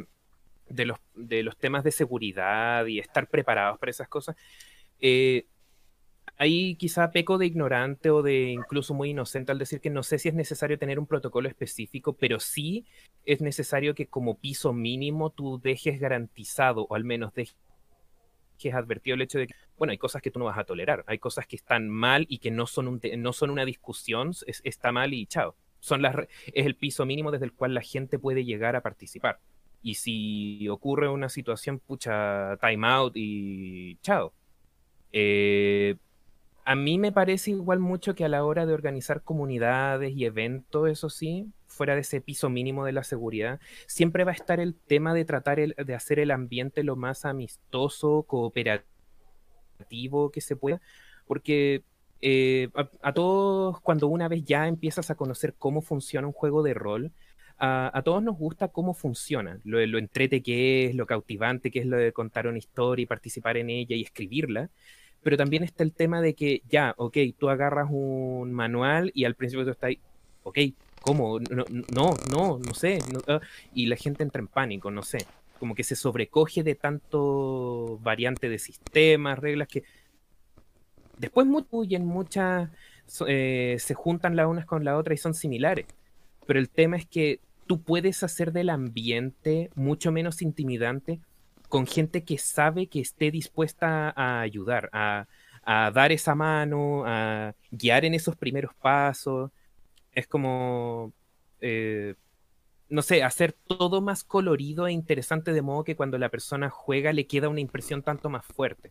de los temas de seguridad y estar preparados para esas cosas. Eh, Ahí quizá peco de ignorante o de incluso muy inocente al decir que no sé si es necesario tener un protocolo específico, pero sí es necesario que como piso mínimo tú dejes garantizado, o al menos dejes advertido el hecho de que, bueno, hay cosas que tú no vas a tolerar, hay cosas que están mal y que no son, no son una discusión, está mal y chao. Es el piso mínimo desde el cual la gente puede llegar a participar. Y si ocurre una situación, pucha, time out y chao. Eh, a mí me parece igual mucho que a la hora de organizar comunidades y eventos, eso sí, fuera de ese piso mínimo de la seguridad, siempre va a estar el tema de tratar de hacer el ambiente lo más amistoso, cooperativo que se pueda, porque a todos, cuando una vez ya empiezas a conocer cómo funciona un juego de rol, a todos nos gusta cómo funciona, lo entrete que es, lo cautivante que es lo de contar una historia y participar en ella y escribirla, pero también está el tema de que ya, ok, tú agarras un manual y al principio tú estás ahí, ok, ¿cómo? No sé, y la gente entra en pánico, no sé, como que se sobrecoge de tanto variante de sistemas, reglas que después muchas se juntan las unas con la otra y son similares, pero el tema es que tú puedes hacer del ambiente mucho menos intimidante con gente que sabe que esté dispuesta a ayudar, a dar esa mano, a guiar en esos primeros pasos. Es como, eh, no sé, hacer todo más colorido e interesante de modo que cuando la persona juega le queda una impresión tanto más fuerte.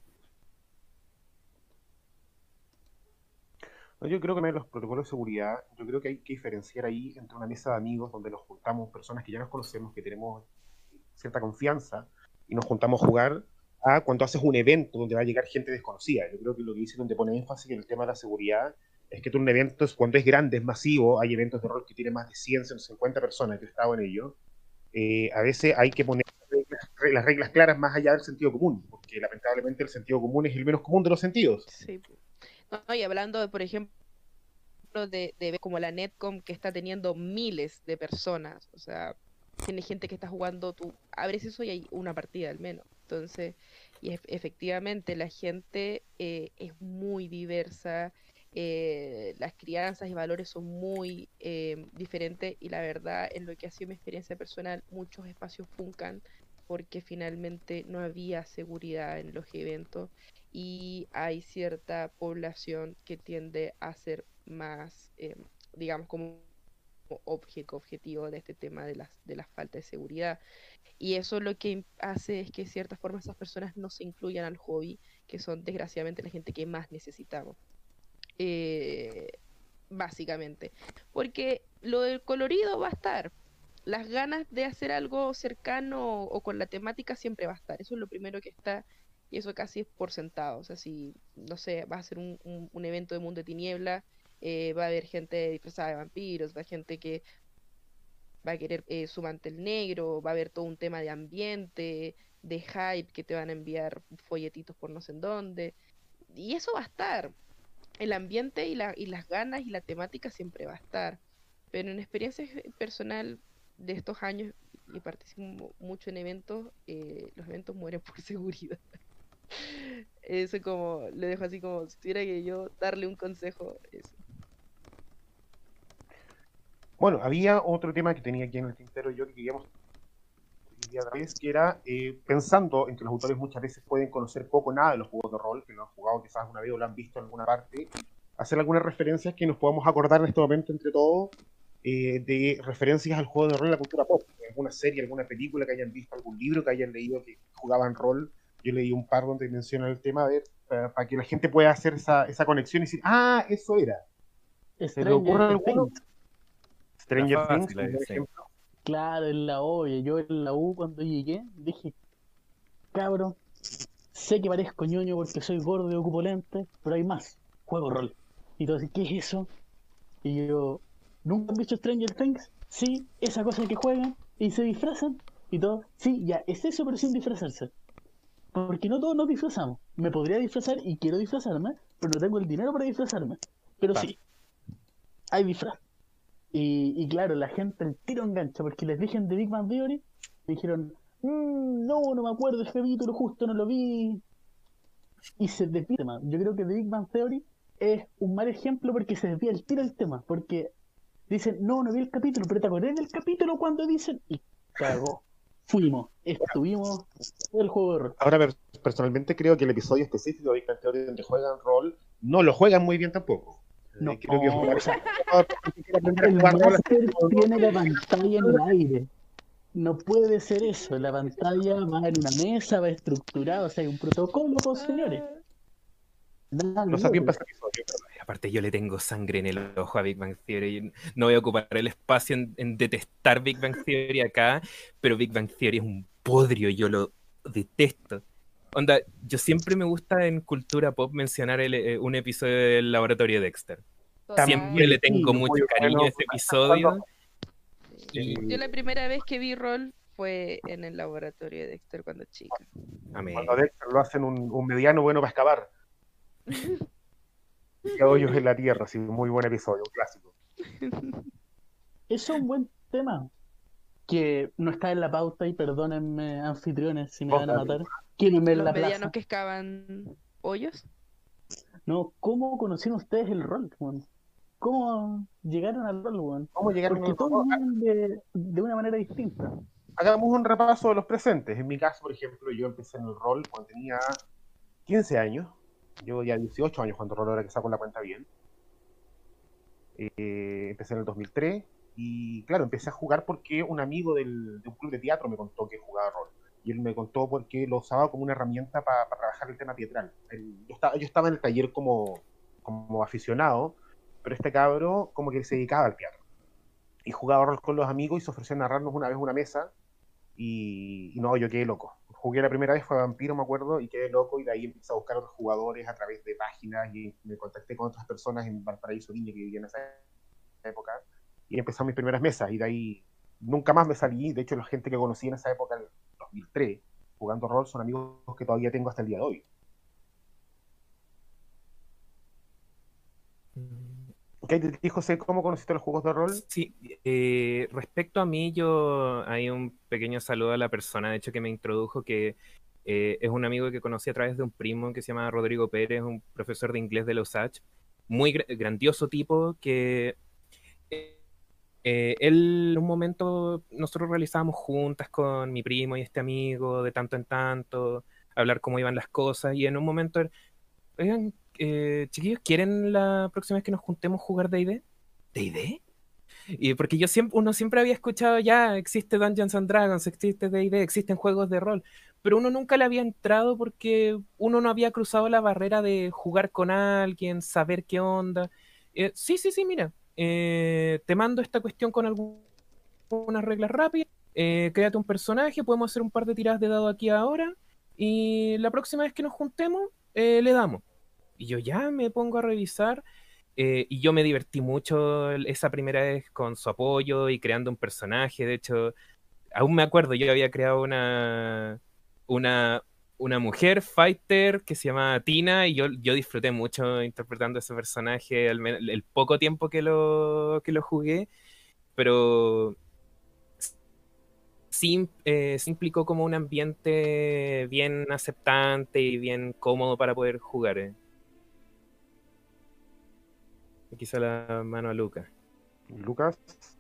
No, yo creo que no hay los protocolos de seguridad, yo creo que hay que diferenciar ahí entre una mesa de amigos donde nos juntamos personas que ya nos conocemos, que tenemos cierta confianza y nos juntamos a jugar, a cuando haces un evento donde va a llegar gente desconocida. Yo creo que lo que dice donde pone énfasis en el tema de la seguridad es que tú un evento, cuando es grande, es masivo, hay eventos de rol que tienen más de 100, 150 personas, que he estado en ello, a veces hay que poner las reglas claras más allá del sentido común, porque lamentablemente el sentido común es el menos común de los sentidos. Sí. No, y hablando, por ejemplo, de como la Netcom que está teniendo miles de personas, o sea, tiene gente que está jugando, tú abres eso y hay una partida al menos. Entonces, efectivamente la gente es muy diversa, las crianzas y valores son muy diferentes y la verdad, en lo que ha sido mi experiencia personal, muchos espacios funcan porque finalmente no había seguridad en los eventos y hay cierta población que tiende a ser más, digamos, como objetivo de este tema de la falta de seguridad. Y eso lo que hace es que de cierta forma esas personas no se incluyan al hobby, que son desgraciadamente la gente que más necesitamos. Eh, Básicamente. Porque lo del colorido va a estar. Las ganas de hacer algo cercano o con la temática siempre va a estar. Eso es lo primero que está y eso casi es por sentado. O sea, si, no sé, vas a hacer un evento de Mundo de Tiniebla, va a haber gente disfrazada de vampiros, va a haber gente que va a querer su mantel negro, va a haber todo un tema de ambiente, de hype, que te van a enviar folletitos por no sé en dónde. Y eso va a estar. El ambiente y las ganas y la temática siempre va a estar. Pero en experiencia personal de estos años, y participo mucho en eventos, los eventos mueren por seguridad. Eso como, le dejo así como si tuviera que yo darle un consejo, eso. Bueno, había otro tema que tenía aquí en el tintero yo que queríamos que era pensando en que los autores muchas veces pueden conocer poco o nada de los juegos de rol, que lo han jugado quizás una vez o lo han visto en alguna parte, hacer algunas referencias que nos podamos acordar en este momento entre todos, de referencias al juego de rol en la cultura pop, alguna serie, alguna película que hayan visto, algún libro que hayan leído que jugaban rol. Yo leí un par donde mencionan el tema, a ver, para que la gente pueda hacer esa conexión y decir, ah, eso era. ¿Se le ocurre Stranger alguno? Things. La Stranger Things, fácil, por sí. ejemplo. Claro, en la obvia. Yo en la U cuando llegué dije, cabrón, sé que parezco ñoño porque soy gordo y ocupo lentes, pero hay más. Juego rol. Y todo así, ¿qué es eso? Y yo, ¿nunca han visto Stranger Things? Sí, esa cosa que juegan y se disfrazan. Y todo, sí, ya, es eso pero sin disfrazarse. Porque no todos nos disfrazamos. Me podría disfrazar y quiero disfrazarme, pero no tengo el dinero para disfrazarme. Pero Claro. sí, hay disfraz. Y claro, la gente el tiro engancha, porque les dije en The Big Bang Theory, me dijeron, no me acuerdo ese capítulo, justo no lo vi. Y se desvía el tema. Yo creo que The Big Bang Theory es un mal ejemplo porque se desvía el tiro el tema, porque dicen, no vi el capítulo, pero te acordás del capítulo cuando dicen, y cagó. Fuimos, estuvimos todo el juego de rol. Ahora, personalmente creo que el episodio específico de Big Bang Theory donde juegan rol no lo juegan muy bien tampoco. No, Creo que o sea, aprender a el jugar rol máster tiene la pantalla en el aire. No puede ser eso. La pantalla va en una mesa, va estructurada, o sea, hay un protocolo, pues, señores. Ah, Da no sabía loco. para ese episodio. Aparte yo le tengo sangre en el ojo a Big Bang Theory. No voy a ocupar el espacio en detestar Big Bang Theory acá, pero Big Bang Theory es un podrio, yo lo detesto. Onda, yo siempre me gusta en cultura pop mencionar un episodio del Laboratorio de Dexter. Siempre total. le tengo Sí, mucho cariño a ese episodio. Sí. Yo la primera vez que vi rol fue en el laboratorio de Dexter cuando chica. Amén. Cuando a Dexter lo hacen un mediano bueno para excavar. Y hoyos en la tierra, sí, muy buen episodio, un clásico. eso es un buen tema. Que no está en la pauta y perdónenme, anfitriones, si me van a matar. Quémenme en Los la medianos plaza. que excavan hoyos. No, ¿cómo conocieron ustedes el rol, weón? ¿Cómo llegaron al rol, weón? ¿Cómo llegaron Porque al todos rol? vienen de una manera distinta. Hagamos un repaso de los presentes. En mi caso, por ejemplo, yo empecé en el rol cuando tenía 15 años. Yo ya 18 años cuando rol, ahora que saco la cuenta bien. Empecé en el 2003 y claro, empecé a jugar porque un amigo de un club de teatro me contó que jugaba rol. Y él me contó porque lo usaba como una herramienta para trabajar el tema teatral. Yo estaba en el taller como aficionado, pero este cabro como que se dedicaba al teatro. Y jugaba rol con los amigos y se ofreció a narrarnos una vez una mesa. Y no, yo quedé loco. Jugué la primera vez, fue Vampiro, me acuerdo, y quedé loco. Y de ahí empecé a buscar otros jugadores a través de páginas y me contacté con otras personas en Valparaíso, Viña, que vivían en esa época. Y empezaron mis primeras mesas. Y de ahí nunca más me salí. De hecho, la gente que conocí en esa época, en el 2003, jugando rol, son amigos que todavía tengo hasta el día de hoy. Ok, José, ¿cómo conociste los juegos de rol? Sí, respecto a mí, hay un pequeño saludo a la persona, de hecho, que me introdujo, que es un amigo que conocí a través de un primo que se llama Rodrigo Pérez, un profesor de inglés de la USACH, muy grandioso tipo, que él en un momento, nosotros realizábamos juntas con mi primo y este amigo, de tanto en tanto, hablar cómo iban las cosas, y en un momento, oigan, chiquillos, ¿quieren la próxima vez que nos juntemos jugar D&D? ¿D&D? Y porque uno siempre había escuchado ya, existe Dungeons and Dragons, existe D&D, existen juegos de rol, pero uno nunca le había entrado porque uno no había cruzado la barrera de jugar con alguien, saber qué onda. Sí, mira, te mando esta cuestión con algunas reglas rápidas, créate un personaje, podemos hacer un par de tiradas de dado aquí ahora, y la próxima vez que nos juntemos, le damos. Y yo ya me pongo a revisar. Y yo me divertí mucho esa primera vez con su apoyo y creando un personaje. De hecho, aún me acuerdo, yo había creado una, una mujer fighter que se llama Tina y yo disfruté mucho interpretando ese personaje el poco tiempo que lo jugué. Pero sí implicó como un ambiente bien aceptante y bien cómodo para poder jugar. Aquí se la mano a Lucas. Lucas,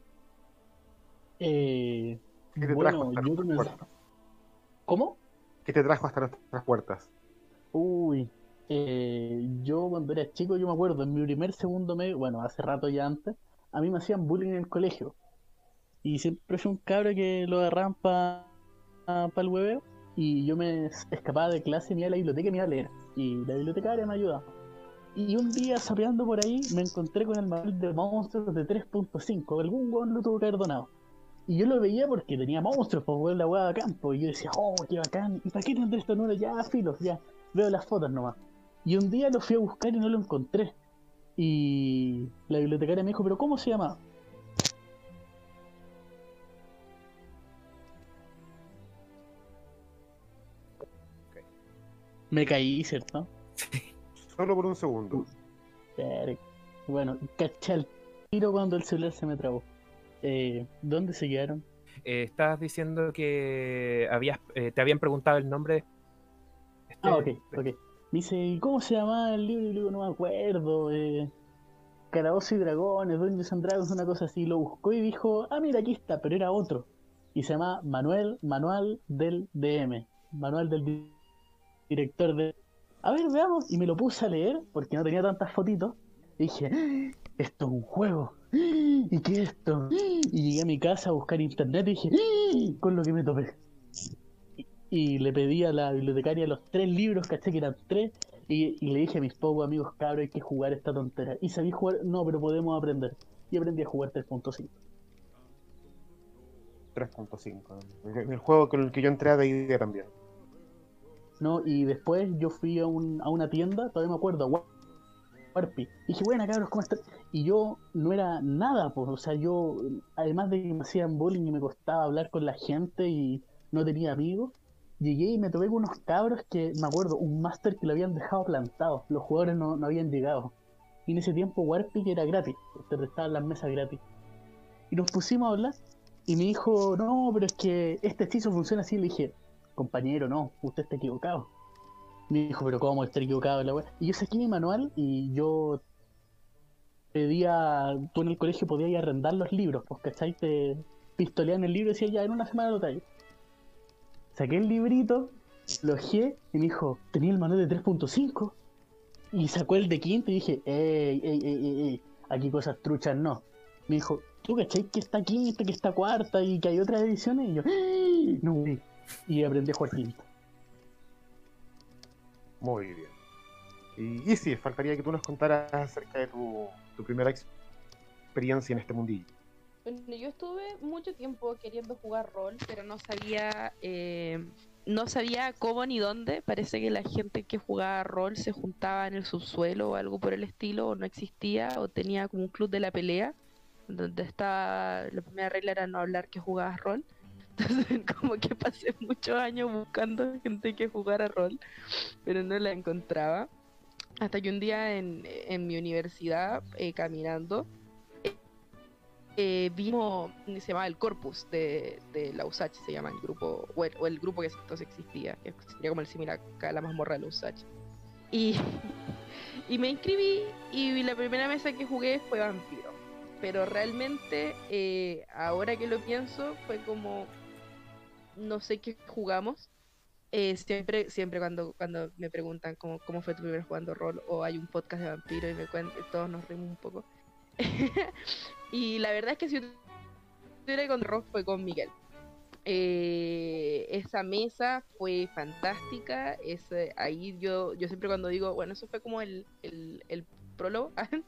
Eh, ¿qué te trajo bueno, hasta yo nuestras comencé. puertas? ¿Cómo? ¿Qué te trajo hasta nuestras puertas? Uy, yo cuando era chico, yo me acuerdo, en mi primer, segundo medio, bueno, hace rato ya antes, a mí me hacían bullying en el colegio. Y siempre fui un cabro que lo agarraban para el hueveo. Y yo me escapaba de clase, me iba a la biblioteca y me iba a leer. Y la bibliotecaria me ayudaba. Y un día, sapeando por ahí, me encontré con el manual de monstruos de 3.5. Algún weón lo tuvo que haber donado. Y yo lo veía porque tenía monstruos, pues weón, la weá bacán, pues. Y yo decía, oh, qué bacán. ¿Y para qué tendré estos números? Ya, filos, ya. Veo las fotos nomás. Y un día lo fui a buscar y no lo encontré. Y la bibliotecaria me dijo, ¿pero cómo se llama? Me caí, ¿cierto? Solo por un segundo. Pero, bueno, caché al tiro cuando el celular se me trabó. ¿Dónde se quedaron? Estabas diciendo que te habían preguntado el nombre de Ah, este. ok. Me dice, ¿y cómo se llamaba el libro? Y le digo, no me acuerdo. Calabozos y Dragones, Dungeons and Dragons, una cosa así. Lo buscó y dijo, ah, mira, aquí está, pero era otro. Y se llama Manual del DM. Manual del director de... A ver, veamos. Y me lo puse a leer, porque no tenía tantas fotitos. Y dije, "Ah, esto es un juego. ¿Y qué es esto?". Y llegué a mi casa a buscar internet y dije, "Ah", con lo que me topé. Y le pedí a la bibliotecaria los 3 libros, caché que eran 3, y le dije a mis pocos amigos, cabros, hay que jugar esta tontera. ¿Y sabí jugar? No, pero podemos aprender. Y aprendí a jugar 3.5. 3.5. El juego con el que yo entré a D&D también. ¿No? Y después yo fui a una tienda, todavía me acuerdo, a Warpy. Y dije, bueno, cabros, ¿cómo están? Y yo no era nada, pues, o sea, yo, además de que me hacían bullying y me costaba hablar con la gente y no tenía amigos, llegué y me topé con unos cabros que, me acuerdo, un máster que lo habían dejado plantado, los jugadores no habían llegado. Y en ese tiempo Warpy era gratis, te prestaban las mesas gratis. Y nos pusimos a hablar y me dijo, no, pero es que este hechizo funciona así. Le dije, compañero, no, usted está equivocado. Me dijo, pero ¿cómo estar equivocado en la web? Y yo saqué mi manual y yo pedía, tú en el colegio podías ir a arrendar los libros, pues, ¿cachai? Te pistoleaban el libro y decía, ya, en una semana lo traigo. Saqué el librito, lo ojé y me dijo, tenía el manual de 3.5. Y sacó el de quinto y dije, ey, aquí cosas truchas no. Me dijo, ¿tú cachai que está quinta, que está cuarta y que hay otras ediciones? Y yo, "Ey, no, güey". Y aprendí a jugar quinta. Muy bien. Y sí, faltaría que tú nos contaras acerca de tu primera experiencia en este mundillo. Bueno, yo estuve mucho tiempo queriendo jugar rol, pero no sabía cómo ni dónde. Parece que la gente que jugaba rol se juntaba en el subsuelo o algo por el estilo, o no existía, o tenía como un club de la pelea, donde estaba, la primera regla era no hablar que jugabas rol. Entonces como que pasé muchos años buscando gente que jugara rol, pero no la encontraba. Hasta que un día en mi universidad, caminando, vimos, se llamaba el Corpus de la USACH, se llama el grupo, o el grupo que entonces existía, que sería como el similar a la mazmorra de la USACH. Y, y me inscribí y la primera mesa que jugué fue Vampiro. Pero realmente, ahora que lo pienso, fue como, no sé qué jugamos. Siempre cuando me preguntan cómo fue tu primer jugando rol o hay un podcast de Vampiro y me cuentan, todos nos reímos un poco. Y la verdad es que si yo tuviera con rock fue con Miguel. Esa mesa fue fantástica. Ahí yo siempre cuando digo, bueno, eso fue como el prólogo,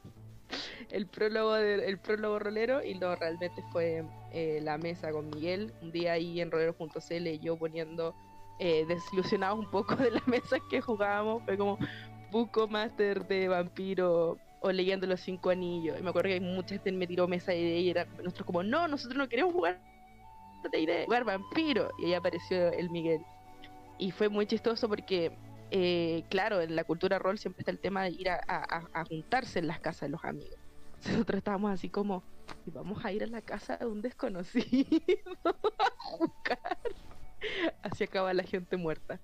el prólogo rolero, y no, realmente fue la mesa con Miguel. Un día ahí en rolero.cl yo poniendo desilusionados un poco de las mesas que jugábamos, fue como Buco Master de Vampiro o leyendo los 5 anillos. Y me acuerdo que mucha gente me tiró mesa de idea y era nosotros como, no, nosotros no queremos jugar de idea, jugar Vampiro. Y ahí apareció el Miguel. Y fue muy chistoso porque, claro, en la cultura rol siempre está el tema de ir a juntarse en las casas de los amigos. nosotros estábamos así como, "¿Y vamos a ir a la casa de un desconocido a jugar?". Así acaba la gente muerta.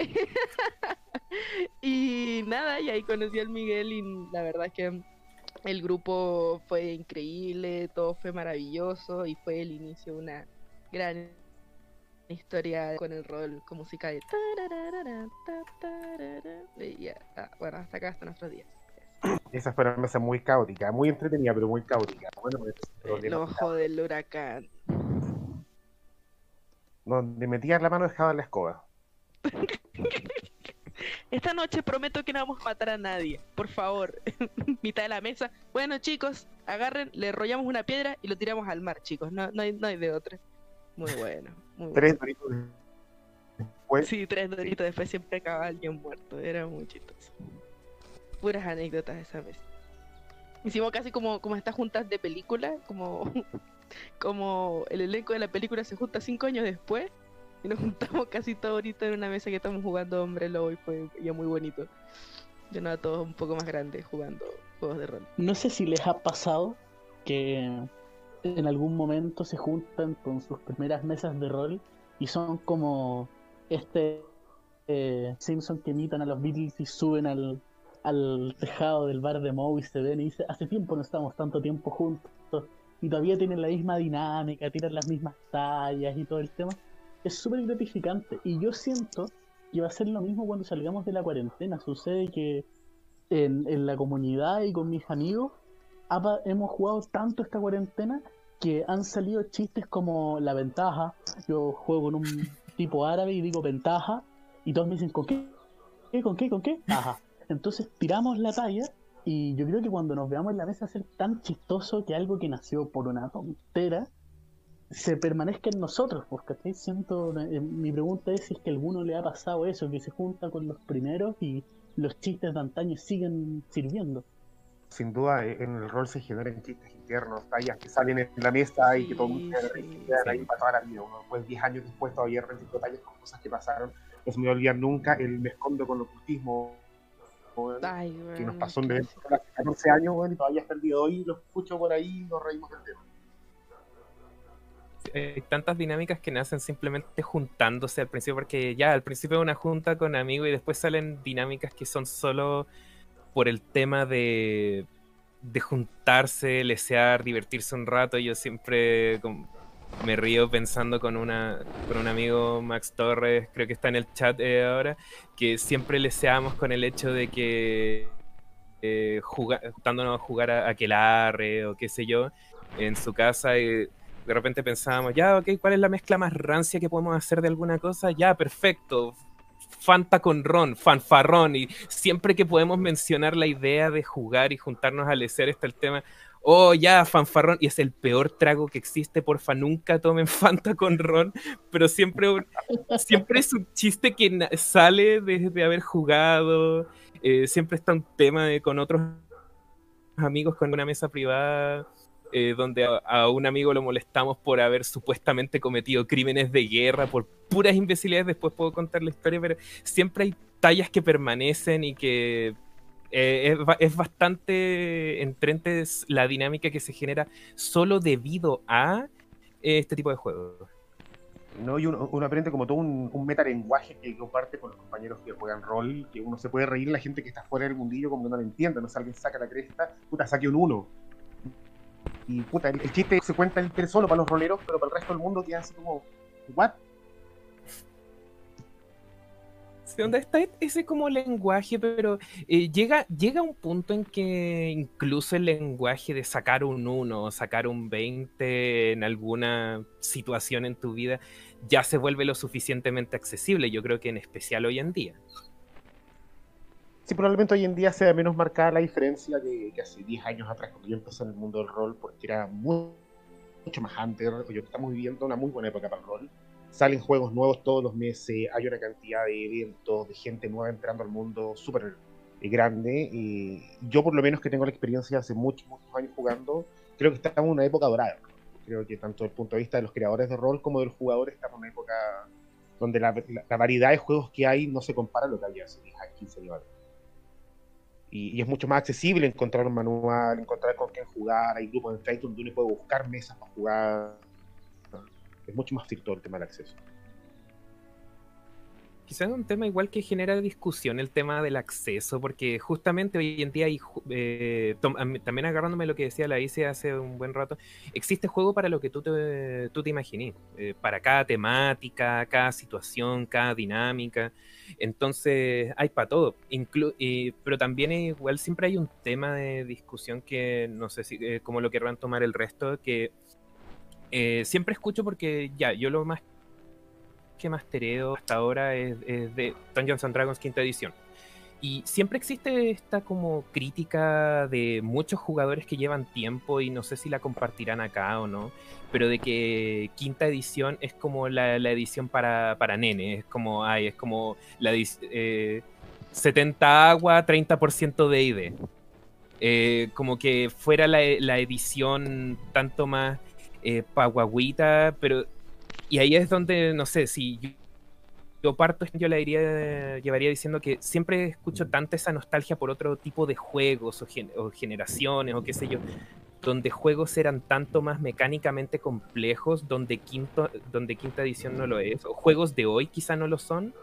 Y nada, y ahí conocí al Miguel y la verdad es que el grupo fue increíble, todo fue maravilloso y fue el inicio de una gran historia con el rol, con música de tararara, y ya, bueno, hasta acá, hasta nuestros días. Esa fue una mesa muy caótica, muy entretenida, pero muy caótica. Bueno, El ojo del huracán. donde metías la mano dejaban la escoba. Esta noche prometo que no vamos a matar a nadie, por favor. Mitad de la mesa. Bueno, chicos, agarren, le enrollamos una piedra y lo tiramos al mar, chicos. No hay de otra. Muy bueno, muy bueno. 3 doritos después. Sí, 3 doritos después siempre acaba alguien muerto. Era muy chistoso. Puras anécdotas de esa vez. Hicimos casi como estas juntas de película, como el elenco de la película se junta 5 años después y nos juntamos casi todo ahorita en una mesa que estamos jugando Hombre Lobo y fue ya muy bonito. Yo no, todos un poco más grandes jugando juegos de rol. No sé si les ha pasado que en algún momento se juntan con sus primeras mesas de rol y son como Simpson que imitan a los Beatles y suben al tejado del bar de Moe y se ven y dicen, hace tiempo no estamos tanto tiempo juntos y todavía tienen la misma dinámica, tiran las mismas tallas y todo el tema. Es súper gratificante y yo siento que va a ser lo mismo cuando salgamos de la cuarentena. Sucede que en la comunidad y con mis amigos hemos jugado tanto esta cuarentena que han salido chistes como la ventaja. Yo juego con un tipo árabe y digo ventaja y todos me dicen ¿con qué? ¿Con qué? ¿Con qué? Ajá. Entonces tiramos la talla y yo creo que cuando nos veamos en la mesa va a ser tan chistoso que algo que nació por una tontera se permanezca en nosotros, porque mi pregunta es si es que a alguno le ha pasado eso, que se junta con los primeros y los chistes de antaño siguen sirviendo. Sin duda, en el rol se generan chistes internos, tallas que salen en la mesa y que todo el mundo quedan ahí para toda la vida. Uno, pues 10 años después todavía repito tallas con cosas que pasaron. No se me va a olvidar nunca el me escondo con el ocultismo que nos pasó hace 14 años, bueno, y todavía hasta el día de hoy lo escucho por ahí y nos reímos del tema. Hay tantas dinámicas que nacen simplemente juntándose al principio, porque ya al principio es una junta con amigos y después salen dinámicas que son solo por el tema de juntarse, lesear, divertirse un rato. Yo siempre me río pensando con un amigo, Max Torres, creo que está en el chat ahora, que siempre leseamos con el hecho de que juntándonos a jugar a Aquelarre o qué sé yo, en su casa, y de repente pensábamos, ya, ok, ¿cuál es la mezcla más rancia que podemos hacer de alguna cosa? Ya, perfecto, Fanta con ron, fanfarrón, y siempre que podemos mencionar la idea de jugar y juntarnos a lecer está el tema, oh, ya, fanfarrón, y es el peor trago que existe, porfa, nunca tomen Fanta con ron, pero siempre es un chiste que sale desde haber jugado, siempre está un tema con otros amigos con una mesa privada, donde a un amigo lo molestamos por haber supuestamente cometido crímenes de guerra, por puras imbecilidades. Después puedo contar la historia, pero siempre hay tallas que permanecen y que es bastante entrante la dinámica que se genera solo debido a este tipo de juegos. ¿No? Y uno aprende como todo un metalenguaje que comparte con los compañeros que juegan rol, que uno se puede reír, la gente que está fuera del mundillo como que no lo entiende, no sé, alguien saca la cresta, puta, saque un 1. Y puta, el chiste se cuenta entre solo para los roleros, pero para el resto del mundo queda así como, ¿what? Sí, ¿dónde está ese como lenguaje? Pero llega un punto en que incluso el lenguaje de sacar un 1 o sacar un 20 en alguna situación en tu vida ya se vuelve lo suficientemente accesible, yo creo que en especial hoy en día. Sí, probablemente hoy en día sea menos marcada la diferencia que hace 10 años atrás, cuando yo empecé en el mundo del rol, porque era mucho más hunter. Hoy estamos viviendo una muy buena época para el rol. Salen juegos nuevos todos los meses, hay una cantidad de eventos, de gente nueva entrando al mundo súper grande. Y yo, por lo menos que tengo la experiencia hace muchos años jugando, creo que estamos en una época dorada. Creo que tanto desde el punto de vista de los creadores de rol como de los jugadores estamos en una época donde la variedad de juegos que hay no se compara a lo que había hace 10, 15 años. Y es mucho más accesible encontrar un manual, encontrar con quién jugar. jugar, hay grupos en Facebook donde uno puede buscar mesas para jugar. Es mucho más ficto el tema del acceso. Quizás es un tema igual que genera discusión el tema del acceso, porque justamente hoy en día hay, también agarrándome lo que decía la ICE hace un buen rato, existe juego para lo que tú te imagines, para cada temática, cada situación, cada dinámica, entonces hay para todo, pero también igual siempre hay un tema de discusión que no sé si cómo lo querrán tomar el resto, que siempre escucho porque ya, yo lo más que mastereo hasta ahora es de Dungeons and Dragons quinta edición. Y siempre existe esta como crítica de muchos jugadores que llevan tiempo y no sé si la compartirán acá o no, pero de que quinta edición es como la edición para nene, es como, es como la 70 agua, 30% D&D. Como que fuera la edición tanto más pa' guagüita, pero y ahí es donde, no sé, si yo parto, yo la llevaría diciendo que siempre escucho tanta esa nostalgia por otro tipo de juegos o generaciones o qué sé yo, donde juegos eran tanto más mecánicamente complejos, donde quinta edición no lo es, o juegos de hoy quizá no lo son.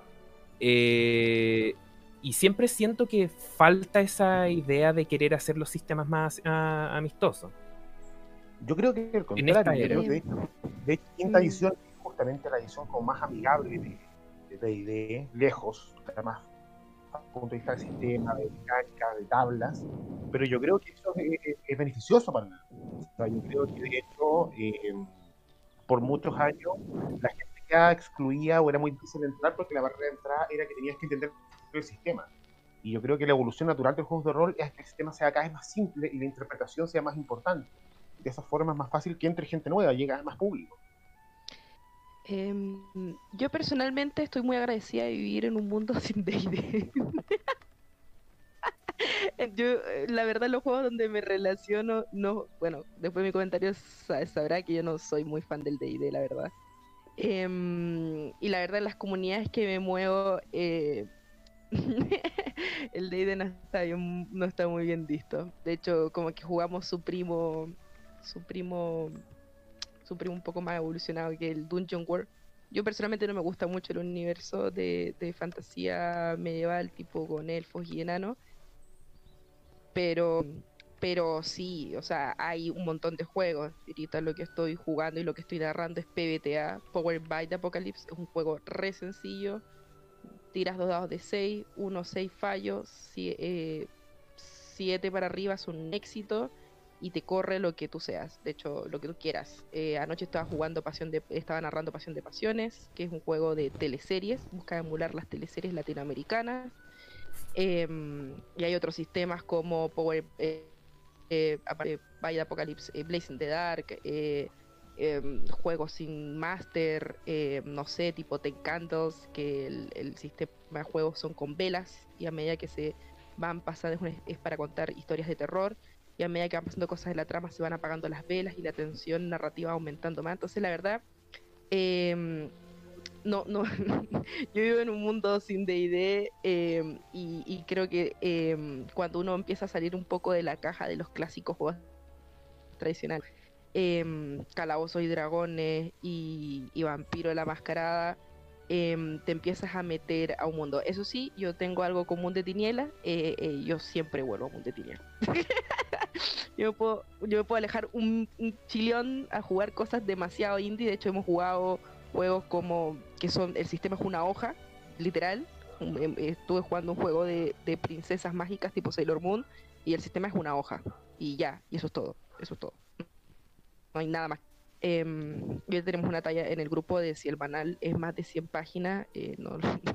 Y siempre siento que falta esa idea de querer hacer los sistemas más amistosos. Yo creo que al En esta contrario, yo era. creo que de hecho, quinta edición es justamente la edición como más amigable de D&D, lejos, además, desde el punto de vista del sistema, de mecánica, de tablas, pero yo creo que eso es beneficioso para nada. O sea, yo creo que de hecho, por muchos años, la gente ya excluía o era muy difícil entrar porque la barrera de entrada era que tenías que entender el sistema. Y yo creo que la evolución natural de los juegos de rol es que el sistema sea cada vez más simple y la interpretación sea más importante. De esa forma es más fácil que entre gente nueva, llega a más público. Yo personalmente estoy muy agradecida de vivir en un mundo sin D&D. La verdad, los juegos donde me relaciono, no, bueno, después de mi comentario sabrá que yo no soy muy fan del D&D, la verdad. Y la verdad, en las comunidades que me muevo, el D&D no está muy bien visto. De hecho, como que jugamos su primo un poco más evolucionado que el Dungeon World. Yo personalmente no me gusta mucho el universo de fantasía medieval, tipo con elfos y enanos, pero sí, o sea, hay un montón de juegos. Ahorita lo que estoy jugando y lo que estoy narrando es PBTA, Powered by the Apocalypse. Es un juego re sencillo. Tiras 2 dados de 6, 6 fallos, 7 para arriba es un éxito y te corre lo que tú seas, de hecho, lo que tú quieras. Anoche estaba narrando Pasión de Pasiones, que es un juego de teleseries, busca emular las teleseries latinoamericanas. Y hay otros sistemas como Power by the Apocalypse, Blazing the Dark, juegos sin master, no sé, tipo Ten Candles, que el sistema de juegos son con velas y a medida que se van pasando es para contar historias de terror y a medida que van pasando cosas de la trama se van apagando las velas y la tensión narrativa aumentando más. Entonces la verdad, no, yo vivo en un mundo sin D&D, y creo que cuando uno empieza a salir un poco de la caja de los clásicos juegos tradicionales, Calabozos y Dragones y Vampiro la Mascarada, te empiezas a meter a un mundo. Eso sí, yo tengo algo con Mundo de Tinieblas, yo siempre vuelvo a Mundo de Tinieblas. yo me puedo alejar un chillón a jugar cosas demasiado indie. De hecho, hemos jugado juegos como que son, el sistema es una hoja, literal. Estuve jugando un juego de princesas mágicas tipo Sailor Moon y el sistema es una hoja. Y ya, y eso es todo. No hay nada más. Ya tenemos una talla en el grupo de si el banal es más de 100 páginas, no,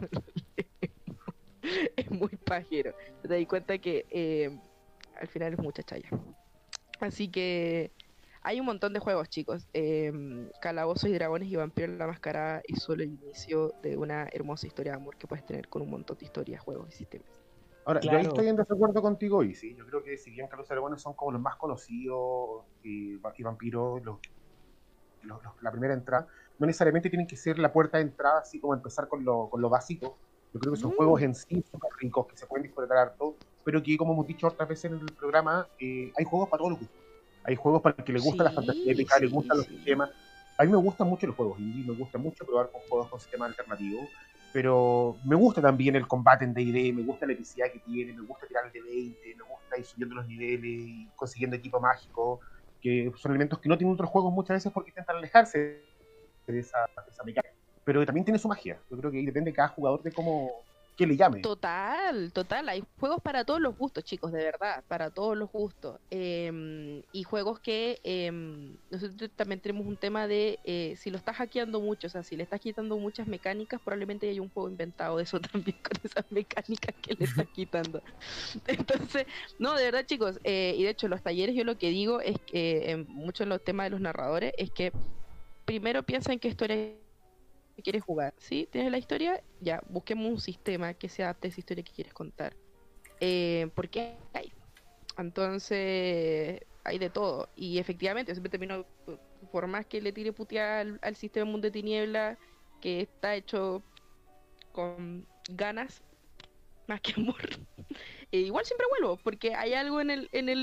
es muy pajero. Te das cuenta que al final es mucha chaya. Así que hay un montón de juegos, chicos. Calabozos y Dragones y Vampiro la Mascarada es solo el inicio de una hermosa historia de amor que puedes tener con un montón de historias, juegos y sistemas. Ahora, Claro. yo ahí estoy en desacuerdo contigo, y sí, yo creo que si bien Calabozos y Dragones son como los más conocidos y Vampiro la primera entrada, no necesariamente tienen que ser la puerta de entrada, así como empezar con lo básico. Yo creo que son juegos en sí súper ricos, que se pueden disfrutar harto, pero que, como hemos dicho otras veces en el programa, hay juegos para todos los gustos. Hay juegos para el que le gusta la fantasía épica, le gustan los sistemas. A mí me gustan mucho los juegos indie, me gusta mucho probar con juegos con sistemas alternativos, pero me gusta también el combate en D&D, me gusta la epicidad que tiene, me gusta tirar el de 20, me gusta ir subiendo los niveles y consiguiendo equipo mágico, que son elementos que no tienen otros juegos muchas veces porque intentan alejarse de esa mecánica. Pero también tiene su magia. Yo creo que depende de cada jugador de qué le llame. Total, total. Hay juegos para todos los gustos, chicos, de verdad, para todos los gustos. Y juegos que nosotros también tenemos un tema de si lo estás hackeando mucho, o sea, si le estás quitando muchas mecánicas, probablemente hay un juego inventado de eso también con esas mecánicas que le estás quitando. Entonces, no, de verdad, chicos, y de hecho, los talleres, yo lo que digo es que en muchos de los temas de los narradores es que primero piensa en qué historia quieres jugar, ¿sí? ¿Tienes la historia? Ya, busquemos un sistema que se adapte a esa historia que quieres contar. Porque hay. Entonces, hay de todo. Y efectivamente, yo siempre termino, por más que le tire putear al sistema Mundo de Tinieblas, que está hecho con ganas, más que amor, igual siempre vuelvo, porque hay algo en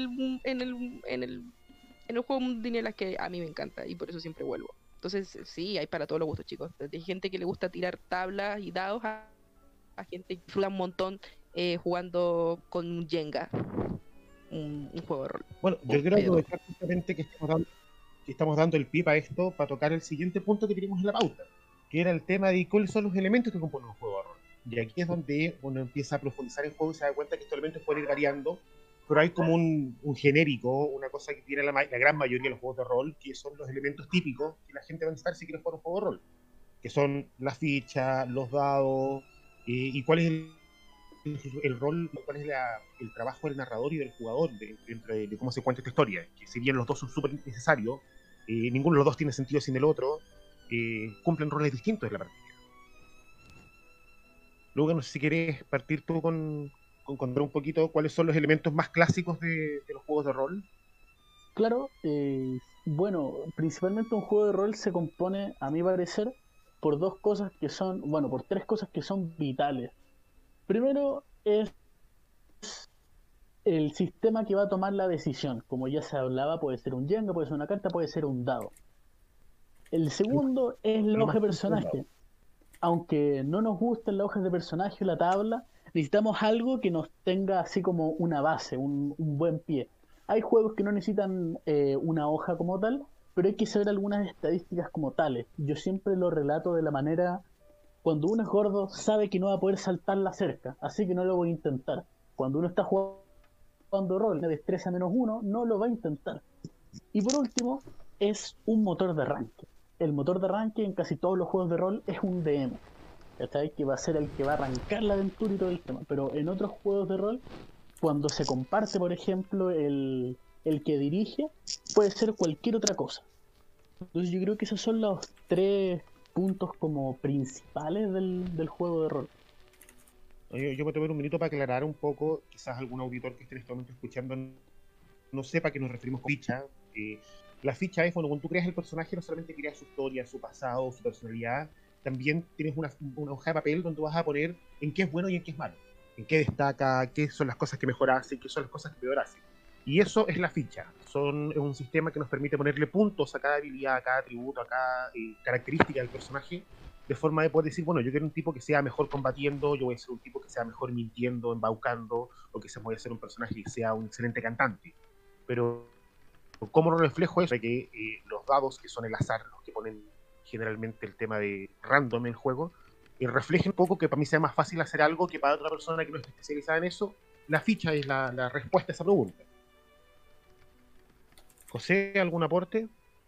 el juego Mundo de Tinieblas que a mí me encanta, y por eso siempre vuelvo. Entonces, sí, hay para todos los gustos, chicos. Hay gente que le gusta tirar tablas y dados a gente que disfruta un montón jugando con un Jenga, un juego de rol. Bueno, yo quiero aprovechar justamente que estamos dando el pie para esto, para tocar el siguiente punto que teníamos en la pauta, que era el tema de cuáles son los elementos que componen un juego de rol. Y aquí es donde uno empieza a profundizar en el juego y se da cuenta que estos elementos pueden ir variando, pero hay como un genérico, una cosa que tiene la gran mayoría de los juegos de rol, que son los elementos típicos que la gente va a necesitar si quiere jugar un juego de rol, que son la ficha, los dados, y cuál es el rol, cuál es el trabajo del narrador y del jugador de cómo se cuenta esta historia, que si bien los dos son súper necesarios, ninguno de los dos tiene sentido sin el otro, cumplen roles distintos en la partida. Luego, no sé si querés partir tú con contar un poquito cuáles son los elementos más clásicos de los juegos de rol. Claro, bueno, principalmente un juego de rol se compone, a mi parecer, por por tres cosas que son vitales. Primero es el sistema que va a tomar la decisión. Como ya se hablaba, puede ser un Jenga, puede ser una carta, puede ser un dado. El segundo es la hoja de personaje. Aunque no nos gusten las hojas de personaje o la tabla, necesitamos algo que nos tenga así como una base, un buen pie. Hay juegos que no necesitan una hoja como tal, pero hay que saber algunas estadísticas como tales. Yo siempre lo relato de la manera: cuando uno es gordo sabe que no va a poder saltar la cerca, así que no lo voy a intentar. Cuando uno está jugando rol, una destreza -1, no lo va a intentar. Y por último, es un motor de arranque. El motor de arranque en casi todos los juegos de rol es un DM, ¿cachai? Que va a ser el que va a arrancar la aventura y todo el tema. Pero en otros juegos de rol, cuando se comparte, por ejemplo, el que dirige, puede ser cualquier otra cosa. Entonces yo creo que esos son los tres puntos como principales del juego de rol. Yo voy a tomar un minuto para aclarar un poco, quizás algún auditor que esté en este momento escuchando no sepa a qué nos referimos con ficha. La ficha es, cuando tú creas el personaje, no solamente creas su historia, su pasado, su personalidad, también tienes una hoja de papel donde vas a poner en qué es bueno y en qué es malo, en qué destaca, qué son las cosas que mejor hace, qué son las cosas que peor hace. Y eso es la ficha. Es un sistema que nos permite ponerle puntos a cada habilidad, a cada atributo, a cada característica del personaje, de forma de poder decir, bueno, yo quiero un tipo que sea mejor combatiendo, yo voy a ser un tipo que sea mejor mintiendo, embaucando, o quizás voy a ser un personaje que sea un excelente cantante. Pero ¿cómo lo reflejo eso? De que los dados, que son el azar, los que ponen generalmente el tema de random en el juego, refleje un poco que para mí sea más fácil hacer algo que para otra persona que no esté especializada en eso. La ficha es la respuesta a esa pregunta. José, ¿algún aporte?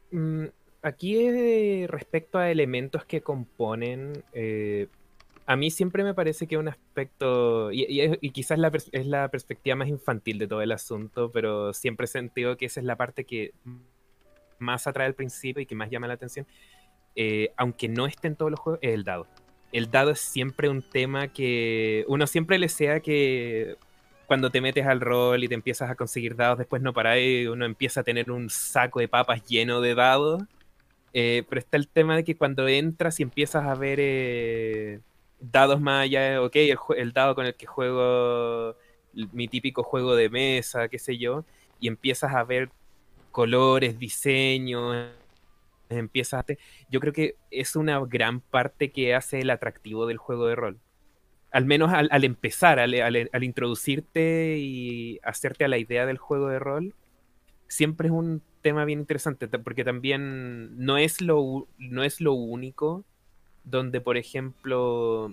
Aquí respecto a elementos que componen, a mí siempre me parece que un aspecto, y quizás es la perspectiva más infantil de todo el asunto, pero siempre he sentido que esa es la parte que más atrae al principio y que más llama la atención, aunque no esté en todos los juegos, es el dado. El dado es siempre un tema que uno siempre le sea que cuando te metes al rol y te empiezas a conseguir dados, después no paras y uno empieza a tener un saco de papas lleno de dados. Pero está el tema de que cuando entras y empiezas a ver dados más allá, ok, el dado con el que juego mi típico juego de mesa, qué sé yo, y empiezas a ver colores, diseños, yo creo que es una gran parte que hace el atractivo del juego de rol. Al menos al empezar, al introducirte y hacerte a la idea del juego de rol, siempre es un tema bien interesante, porque también no es lo único donde, por ejemplo,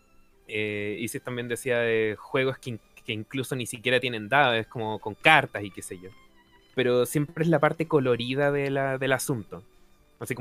Isis también decía de juegos que incluso ni siquiera tienen dados, es como con cartas y qué sé yo. Pero siempre es la parte colorida del asunto. Así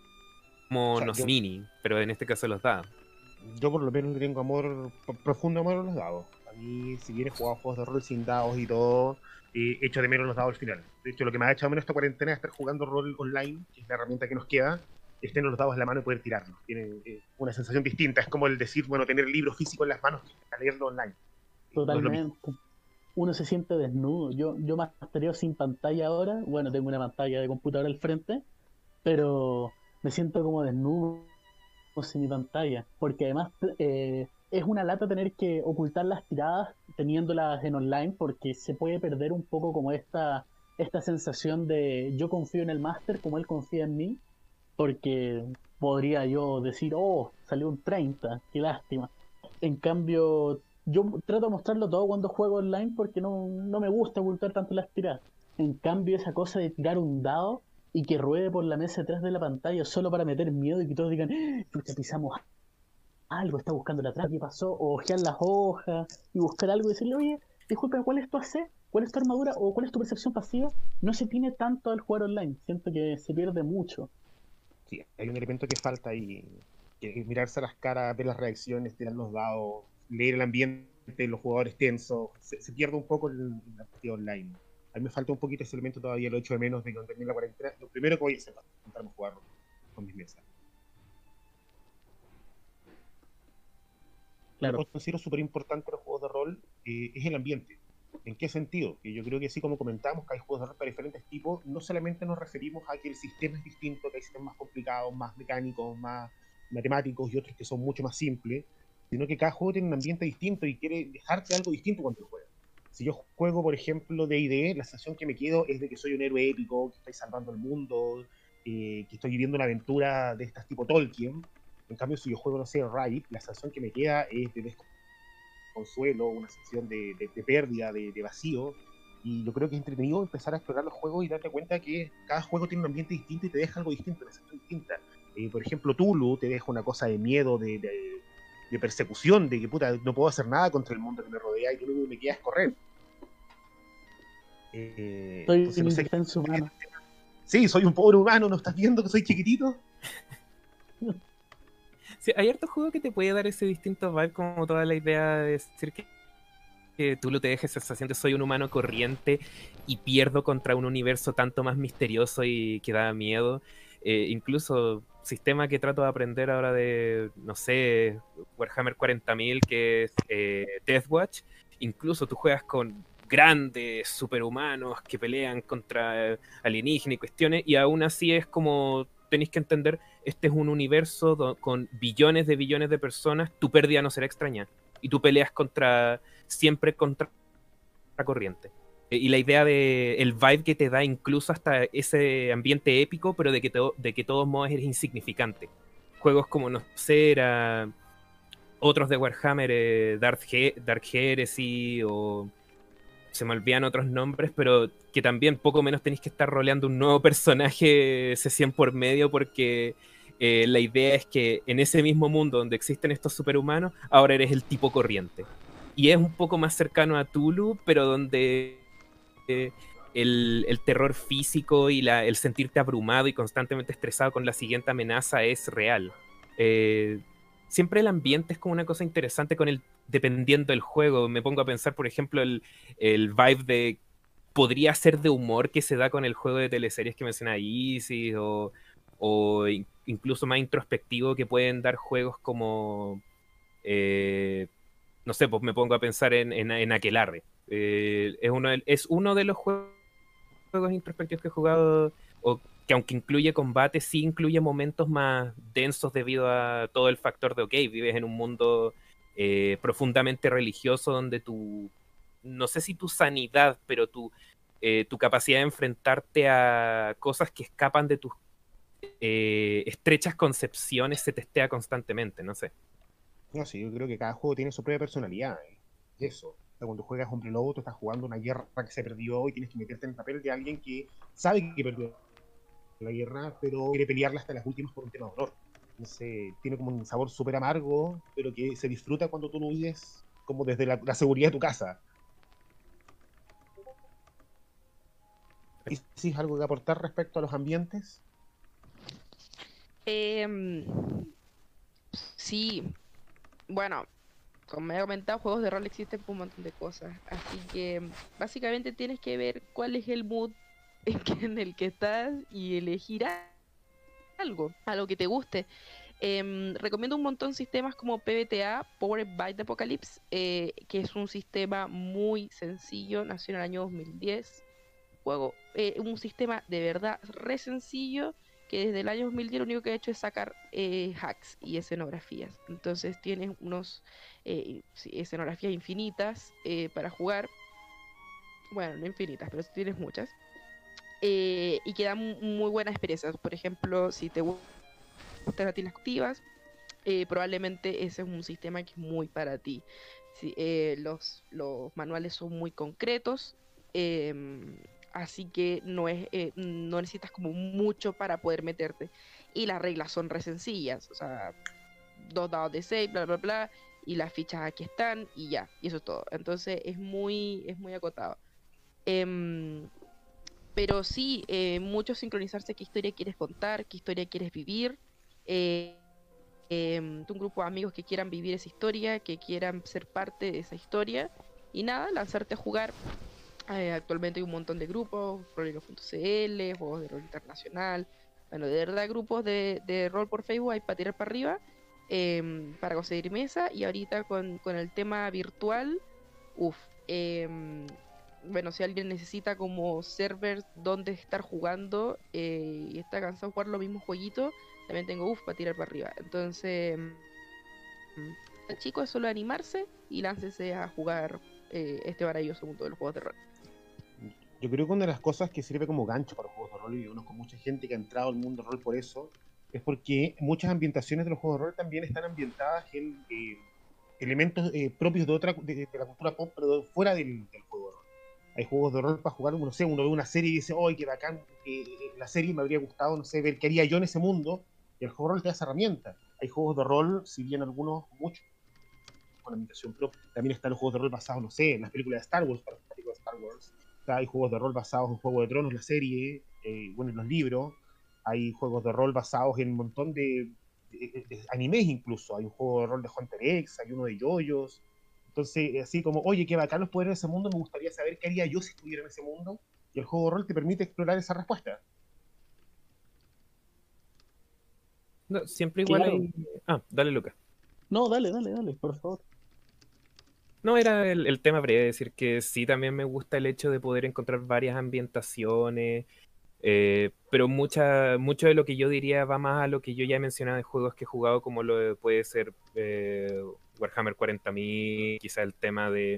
como O sea, los mini, pero en este caso los dados. yo por lo menos le tengo profundo amor a los dados. A mí, si bien he jugado juegos de rol sin dados y todo, echo de menos los dados al final. De hecho, lo que me ha echado menos esta cuarentena es estar jugando rol online, que es la herramienta que nos queda, es tener los dados en la mano y poder tirarlos. Tiene una sensación distinta. Es como el decir, bueno, tener el libro físico en las manos que leerlo online. No es lo mismo. Totalmente. Uno se siente desnudo. Yo mastereo sin pantalla ahora. Bueno, tengo una pantalla de computadora al frente, pero me siento como desnudo sin mi pantalla. Porque además es una lata tener que ocultar las tiradas teniéndolas en online, porque se puede perder un poco como esta sensación de yo confío en el máster como él confía en mí, porque podría yo decir, oh, salió un 30, qué lástima. En cambio, yo trato de mostrarlo todo cuando juego online porque no me gusta ocultar tanto las tiradas. En cambio, esa cosa de tirar un dado y que ruede por la mesa detrás de la pantalla solo para meter miedo y que todos digan, chucha, pisamos algo, está buscando la atrás, ¿qué pasó? O ojear las hojas y buscar algo y decirle, oye, disculpa, ¿cuál es tu AC? ¿Cuál es tu armadura? ¿O cuál es tu percepción pasiva? No se tiene tanto al jugar online. Siento que se pierde mucho. Sí, hay un elemento que falta ahí, que es mirarse a las caras, ver las reacciones, tirar los dados, leer el ambiente, los jugadores tensos. Se pierde un poco en la partida online. A mí me falta un poquito ese elemento todavía, lo echo de menos de que cuando termine la cuarentena. Lo primero que voy a hacer es intentar jugar con mis mesas. Claro. Lo que considero súper importante en los juegos de rol es el ambiente. ¿En qué sentido? Que yo creo que así como comentamos que hay juegos de rol para diferentes tipos, no solamente nos referimos a que el sistema es distinto, que hay sistemas más complicados, más mecánicos, más matemáticos y otros que son mucho más simples, sino que cada juego tiene un ambiente distinto y quiere dejarte algo distinto cuando lo juegas. Si yo juego, por ejemplo, D&D, la sensación que me quedo es de que soy un héroe épico, que estoy salvando el mundo, que estoy viviendo una aventura de estas tipo Tolkien. En cambio, si yo juego, no sé, Riot, la sensación que me queda es de desconsuelo, una sensación de pérdida, de vacío. Y yo creo que es entretenido empezar a explorar los juegos y darte cuenta que cada juego tiene un ambiente distinto y te deja algo distinto, una sensación distinta. Por ejemplo, Tulu te deja una cosa de miedo, de persecución, de que puta, no puedo hacer nada contra el mundo que me rodea y lo único que me queda es correr. Soy Entonces, un no sé, indefenso humano. sí, soy un pobre humano, ¿no estás viendo que soy chiquitito? Sí, hay harto juego que te puede dar ese distinto vibe, como toda la idea de decir que tú lo te dejes sensación de soy un humano corriente y pierdo contra un universo tanto más misterioso y que da miedo. Incluso sistema que trato de aprender ahora de, no sé, Warhammer 40.000, que es Deathwatch. Incluso tú juegas con grandes superhumanos que pelean contra alienígenas y cuestiones, y aún así es como tenéis que entender, este es un universo con billones de personas, tu pérdida no será extraña, y tú peleas siempre contra la corriente. Y la idea de el vibe que te da incluso hasta ese ambiente épico, pero de que de todos modos eres insignificante. Juegos como, no sé, otros de Warhammer, Dark Heresy, o se me olvidan otros nombres, pero que también poco menos tenéis que estar roleando un nuevo personaje sesión por medio, porque la idea es que en ese mismo mundo donde existen estos superhumanos, ahora eres el tipo corriente. Y es un poco más cercano a Tulu, pero donde el terror físico y el sentirte abrumado y constantemente estresado con la siguiente amenaza es real. Siempre el ambiente es como una cosa interesante dependiendo del juego. Me pongo a pensar, por ejemplo, el vibe podría ser de humor que se da con el juego de teleseries que menciona Isis, o incluso más introspectivo que pueden dar juegos como no sé, pues me pongo a pensar en Aquelarre. Es uno de los juegos introspectivos que he jugado, o que aunque incluye combate, sí incluye momentos más densos debido a todo el factor de, ok, vives en un mundo profundamente religioso donde no sé si tu sanidad, pero tu capacidad de enfrentarte a cosas que escapan de tus estrechas concepciones se testea constantemente, no sé. No, sí, yo creo que cada juego tiene su propia personalidad. Eso. O sea, cuando juegas Hombre Lobo, tú estás jugando una guerra que se perdió y tienes que meterte en el papel de alguien que sabe que perdió la guerra, pero quiere pelearla hasta las últimas por un tema de honor. Entonces, tiene como un sabor súper amargo, pero que se disfruta cuando tú lo vives como desde la seguridad de tu casa. ¿Y si es algo que aportar respecto a los ambientes? Em, sí, bueno, como he comentado, juegos de rol existen por un montón de cosas. Así que básicamente tienes que ver cuál es el mood en el que estás y elegir algo que te guste. Recomiendo un montón sistemas como PBTA, Powered by the Apocalypse, que es un sistema muy sencillo, nació en el año 2010. Un sistema de verdad re sencillo que desde el año 2010 lo único que ha hecho es sacar hacks y escenografías. Entonces tienes sí, escenografías infinitas para jugar. Bueno, no infinitas, pero sí tienes muchas. Y que dan muy buenas experiencias. Por ejemplo, si te gustan las activas, probablemente ese es un sistema que es muy para ti. Sí, los manuales son muy concretos, así que no necesitas como mucho para poder meterte. Y las reglas son re sencillas, o sea, 2 dados de 6, bla, bla, bla, y las fichas aquí están, y ya, y eso es todo. Entonces es muy acotado. Em, pero sí, mucho sincronizarse qué historia quieres contar, qué historia quieres vivir. eh, un grupo de amigos que quieran vivir esa historia, que quieran ser parte de esa historia y nada, lanzarte a jugar. Actualmente hay un montón de grupos, rolero.cl, juegos de rol internacional, bueno, de verdad grupos de rol por Facebook hay para tirar para arriba, para conseguir mesa y ahorita con el tema virtual, uff, bueno, si alguien necesita como servers donde estar jugando y está cansado de jugar los mismos jueguitos, también tengo para tirar para arriba. Entonces, chicos, es solo animarse y láncese a jugar este maravilloso mundo de los juegos de rol. Yo creo que una de las cosas que sirve como gancho para los juegos de rol, y yo conozco mucha gente que ha entrado al mundo de rol por eso, es porque muchas ambientaciones de los juegos de rol también están ambientadas en elementos propios de la cultura pop, pero fuera del juego de rol. Hay juegos de rol para jugar, no sé, uno ve una serie y dice, ¡ay, qué bacán! La serie me habría gustado, no sé, ver qué haría yo en ese mundo, y el juego de rol te da esa herramienta. Hay juegos de rol, si bien algunos, muchos, con ambientación propia, también están los juegos de rol basados, no sé, en las películas de Star Wars, para los fanáticos de Star Wars. O sea, hay juegos de rol basados en Juego de Tronos, la serie, bueno, en los libros. Hay juegos de rol basados en un montón de animes incluso. Hay un juego de rol de Hunter X, hay uno de JoJo's. Entonces, así como, oye, qué bacán los poderes de ese mundo, me gustaría saber qué haría yo si estuviera en ese mundo. Y el juego de rol te permite explorar esa respuesta. No, siempre igual Claro. hay... Ah, dale, Lucas. No, dale, por favor. No, era el tema breve, decir que sí, también me gusta el hecho de poder encontrar varias ambientaciones, pero mucho de lo que yo diría va más a lo que yo ya he mencionado en juegos que he jugado, como puede ser Warhammer 40.000, quizá el tema de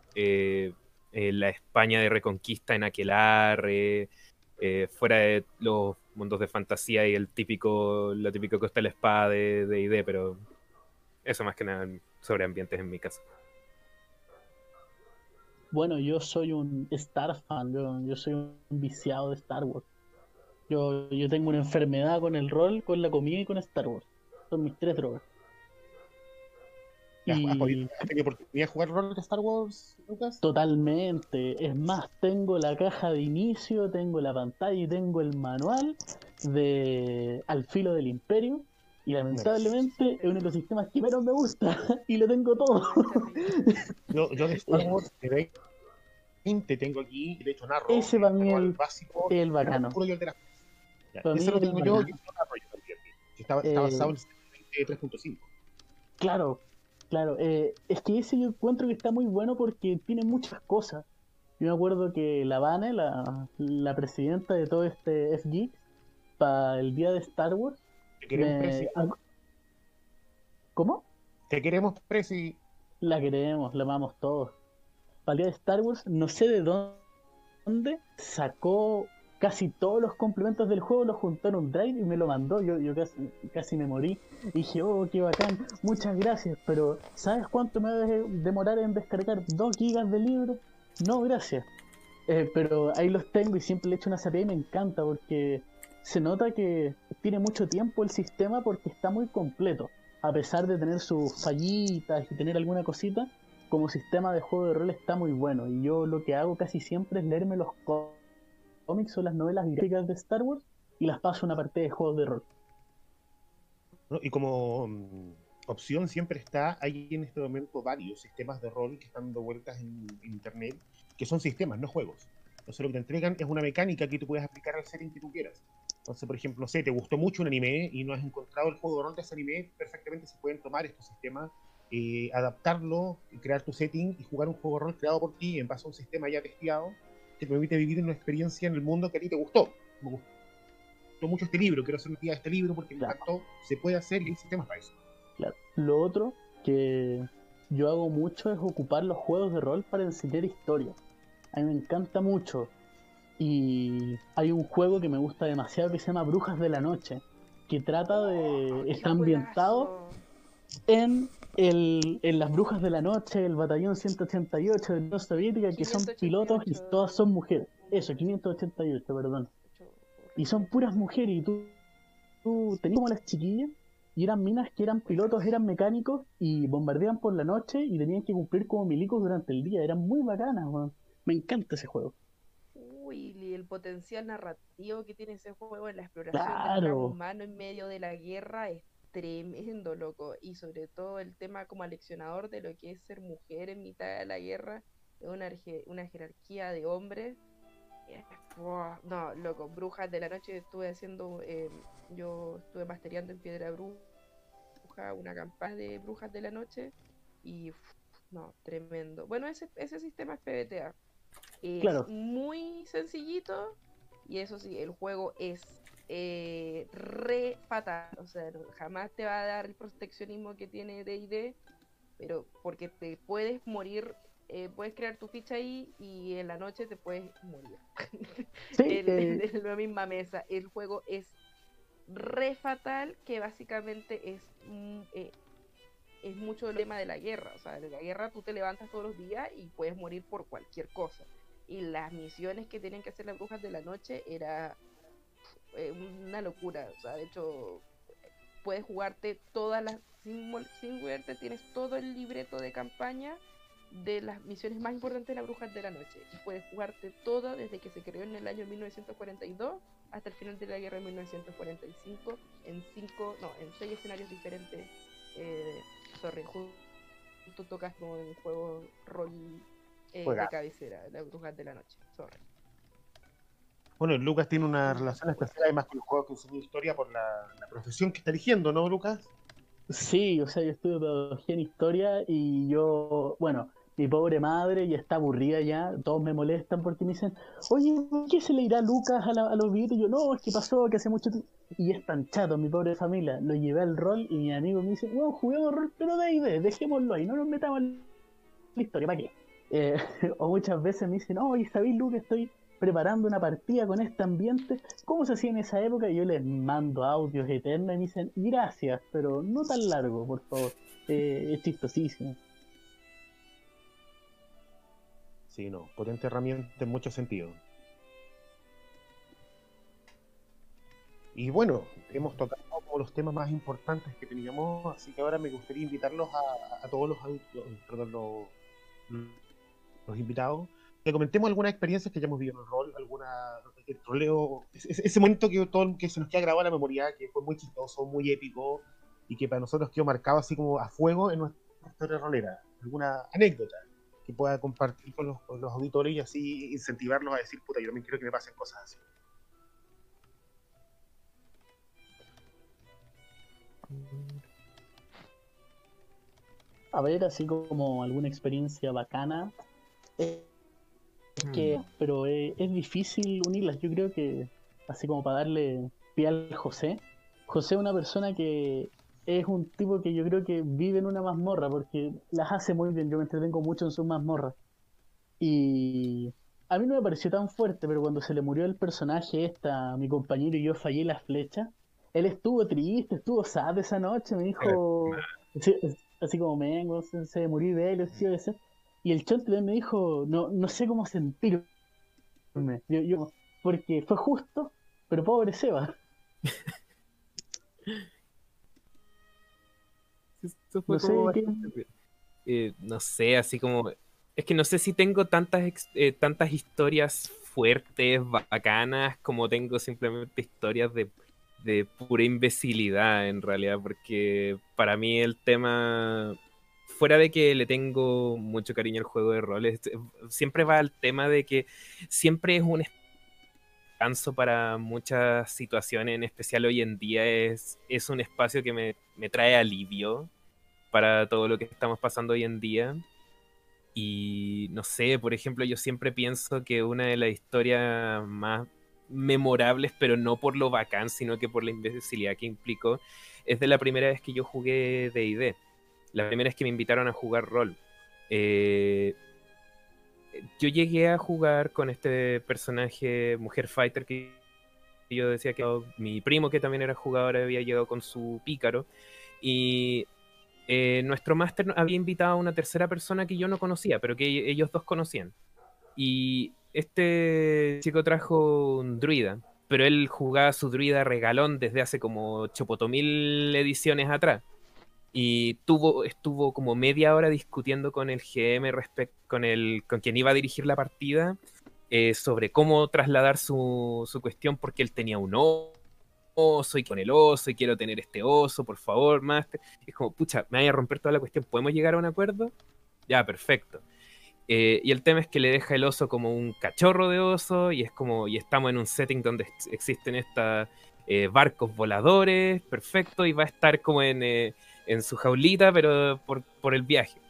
la España de Reconquista en Aquelarre, fuera de los mundos de fantasía y la típica Costa de la Espada de D&D, pero eso más que nada sobre ambientes en mi caso. Bueno, yo soy un Star fan, yo soy un viciado de Star Wars. Yo tengo una enfermedad con el rol, con la comida y con Star Wars. Son mis tres drogas. Y ¿Has tenido oportunidad de jugar rol de Star Wars, Lucas? totalmente, es más, tengo la caja de inicio, tengo la pantalla y tengo el manual de Al filo del Imperio. Y lamentablemente es uno de los sistemas que menos me gusta y lo tengo todo. Yo de Star Wars de 20 tengo aquí, de hecho narro Ese para mí manual básico, el bacano. puro y el de las ya, Para mí ese lo el tengo yo y bacano. lo narro yo también. Está basado en el 3.5. Claro, claro. Es que ese yo encuentro que está muy bueno porque tiene muchas cosas. Yo me acuerdo que la Vane, la presidenta de todo este FG, para el día de Star Wars, Te queremos, Presi. ¿Cómo? Te queremos, Presi. La queremos, la amamos todos. Para el día de Star Wars, no sé de dónde dónde sacó casi todos los complementos del juego, los juntó en un drive y me lo mandó. Yo casi me morí. Y dije, oh, qué bacán, muchas gracias, pero ¿sabes cuánto me va a demorar en descargar 2 gigas de libro? No, gracias. Pero ahí los tengo y siempre le echo una sapieada y me encanta porque se nota que tiene mucho tiempo el sistema porque está muy completo. A pesar de tener sus fallitas y tener alguna cosita, como sistema de juego de rol está muy bueno. Y yo lo que hago casi siempre es leerme los cómics o las novelas gráficas de Star Wars y las paso a una partida de juegos de rol. ¿No? Y como opción siempre está, hay en este momento varios sistemas de rol que están dando vueltas en internet, que son sistemas, no juegos. Entonces lo que te entregan es una mecánica que tú puedes aplicar al setting que tú quieras. Entonces, por ejemplo, no sé, te gustó mucho un anime y no has encontrado el juego de rol de ese anime, perfectamente se pueden tomar estos sistemas, adaptarlo, crear tu setting y jugar un juego de rol creado por ti en base a un sistema ya testeado que te permite vivir una experiencia en el mundo que a ti te gustó. Me gustó mucho este libro, quiero hacer una actividad de este libro porque me encantó, se puede hacer y hay sistemas para eso. Claro. Lo otro que yo hago mucho es ocupar los juegos de rol para enseñar historia. A mí me encanta mucho. Y hay un juego que me gusta demasiado que se llama Brujas de la Noche, que trata de... está ambientado en las Brujas de la Noche, el Batallón 188 de la Unión Soviética, que son pilotos y todas son mujeres. Eso, 588, perdón. Y son puras mujeres y tú tenías como las chiquillas y eran minas que eran pilotos, eran mecánicos y bombardeaban por la noche y tenían que cumplir como milicos durante el día. Eran muy bacanas, man. Me encanta ese juego. Uy, y el potencial narrativo que tiene ese juego en la exploración del drama humano en medio de la guerra es tremendo, loco. Y sobre todo el tema como aleccionador de lo que es ser mujer en mitad de la guerra, de una jerarquía de hombres. No, loco, Brujas de la Noche estuve haciendo, yo estuve mastereando en Piedra Bruja, una campaña de Brujas de la Noche y no, tremendo. Bueno, ese sistema es PBTA. Es claro, muy sencillito y eso sí, el juego es re fatal, o sea, jamás te va a dar el proteccionismo que tiene D&D, pero porque te puedes morir, puedes crear tu ficha ahí y en la noche te puedes morir sí, en la misma mesa. El juego es re fatal, que básicamente es mucho el tema de la guerra. O sea, de la guerra tú te levantas todos los días y puedes morir por cualquier cosa. Y las misiones que tenían que hacer las Brujas de la Noche era una locura. O sea, de hecho, puedes jugarte todas las... Sin muerte, tienes todo el libreto de campaña de las misiones más importantes de las Brujas de la Noche. Y puedes jugarte todo desde que se creó en el año 1942 hasta el final de la guerra de 1945 en 6 escenarios diferentes. Sorry, justo tocas como en el juego rol de cabecera, las Brujas de la Noche. Sorry. Bueno, Lucas tiene una relación especial además con el juego que enseñó historia por la profesión que está eligiendo, ¿no, Lucas? Sí, o sea, yo estudio pedagogía en historia y yo, bueno, mi pobre madre ya está aburrida ya, todos me molestan porque me dicen, oye, ¿qué se le irá a Lucas a los videos? Y yo, no, es que pasó, que hace mucho tiempo. Y es tan chato, mi pobre familia. Lo llevé al rol y mi amigo me dice, bueno, juguemos rol, pero de ahí, dejémoslo ahí, no nos metamos en la historia, ¿para qué? O muchas veces me dicen, oye, ¿sabéis, Lucas? Estoy preparando una partida con este ambiente. ¿Cómo se hacía en esa época? Y yo les mando audios eternos y me dicen, gracias, pero no tan largo, por favor. Es chistosísimo. Sí, no, potente herramienta en muchos sentidos. Y bueno, hemos tocado como los temas más importantes que teníamos, así que ahora me gustaría invitarlos a todos los invitados, que comentemos algunas experiencias que ya hemos vivido en el rol, el troleo, ese momento que se nos queda grabado en la memoria, que fue muy chistoso, muy épico, y que para nosotros quedó marcado así como a fuego en nuestra historia rolera. ¿Alguna anécdota que pueda compartir con los auditores y así incentivarlos a decir, puta, yo también quiero que me pasen cosas así? A ver, así como alguna experiencia bacana, pero es difícil unirlas. Yo creo que, así como para darle pie al José es una persona que es un tipo que yo creo que vive en una mazmorra, porque las hace muy bien. Yo me entretengo mucho en sus mazmorras. Y a mí no me pareció tan fuerte, pero cuando se le murió el personaje mi compañero y yo fallé la flecha, él estuvo triste, estuvo sad esa noche, me dijo, así como Mengo, se murió Ibelio, así a veces. Y el Chonte también me dijo, no sé cómo sentirme. Porque fue justo, pero pobre Seba. Eso fue No sé como qué. no sé, así como... Es que no sé si tengo tantas historias fuertes, bacanas, como tengo simplemente historias de pura imbecilidad en realidad, porque para mí el tema, fuera de que le tengo mucho cariño al juego de roles, siempre va al tema de que siempre es un descanso para muchas situaciones, en especial hoy en día es un espacio que me trae alivio para todo lo que estamos pasando hoy en día. Y no sé, por ejemplo, yo siempre pienso que una de las historias más memorables, pero no por lo bacán, sino que por la imbecilidad que implicó, es de la primera vez que yo jugué D&D. La primera vez que me invitaron a jugar rol. Yo llegué a jugar con este personaje Mujer Fighter que yo decía que mi primo, que también era jugador, había llegado con su pícaro. Y nuestro máster había invitado a una tercera persona que yo no conocía, pero que ellos dos conocían. Y este chico trajo un druida, pero él jugaba su druida regalón desde hace como chopotomil ediciones atrás. Y estuvo como media hora discutiendo con el GM con quien iba a dirigir la partida, sobre cómo trasladar su cuestión, porque él tenía un oso y con el oso y quiero tener este oso, por favor, Master. Es como, pucha, me vaya a romper toda la cuestión, ¿podemos llegar a un acuerdo? Ya, perfecto. Y el tema es que le deja el oso como un cachorro de oso y estamos en un setting donde existen estos barcos voladores, perfecto, y va a estar como en su jaulita, pero por el viaje.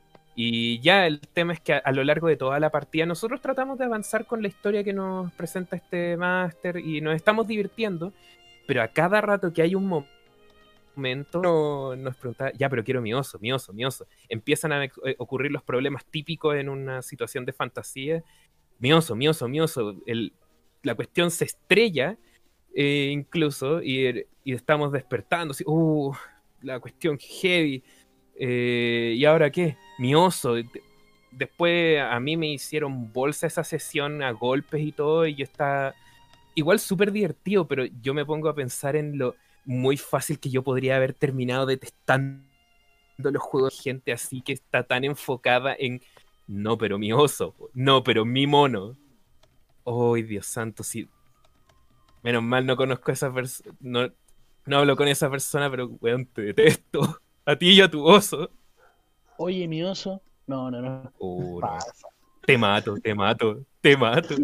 Y ya el tema es que a lo largo de toda la partida nosotros tratamos de avanzar con la historia que nos presenta este máster y nos estamos divirtiendo, pero a cada rato que hay un momento nos preguntaba, ya, pero quiero mi oso, mi oso, mi oso. Empiezan a ocurrir los problemas típicos en una situación de fantasía. Mi oso, mi oso, mi oso. La cuestión se estrella, incluso, y estamos despertando. Así, la cuestión heavy. ¿Y ahora qué? Mi oso. Después a mí me hicieron bolsa esa sesión a golpes y todo, y yo estaba igual súper divertido, pero yo me pongo a pensar en lo muy fácil que yo podría haber terminado detestando los juegos de gente así que está tan enfocada en no, pero mi oso, no, pero mi mono. ¡Ay, Dios santo! Sí. Menos mal no conozco a esa persona, no hablo con esa persona, pero weón, te detesto. A ti y a tu oso. Oye, mi oso. No. No. Pasa. Te mato, te mato, te mato.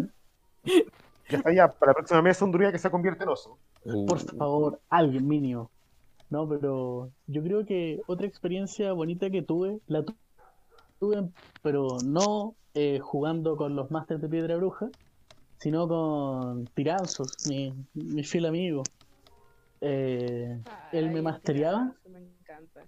Ya está, ya, para la próxima mesa un druida que se convierte en oso. Por favor, alguien mínimo. No, pero yo creo que otra experiencia bonita que tuve, tuve, pero no jugando con los Masters de Piedra Bruja, sino con Tiranzos, mi fiel amigo. Él me mastereaba, Me encanta.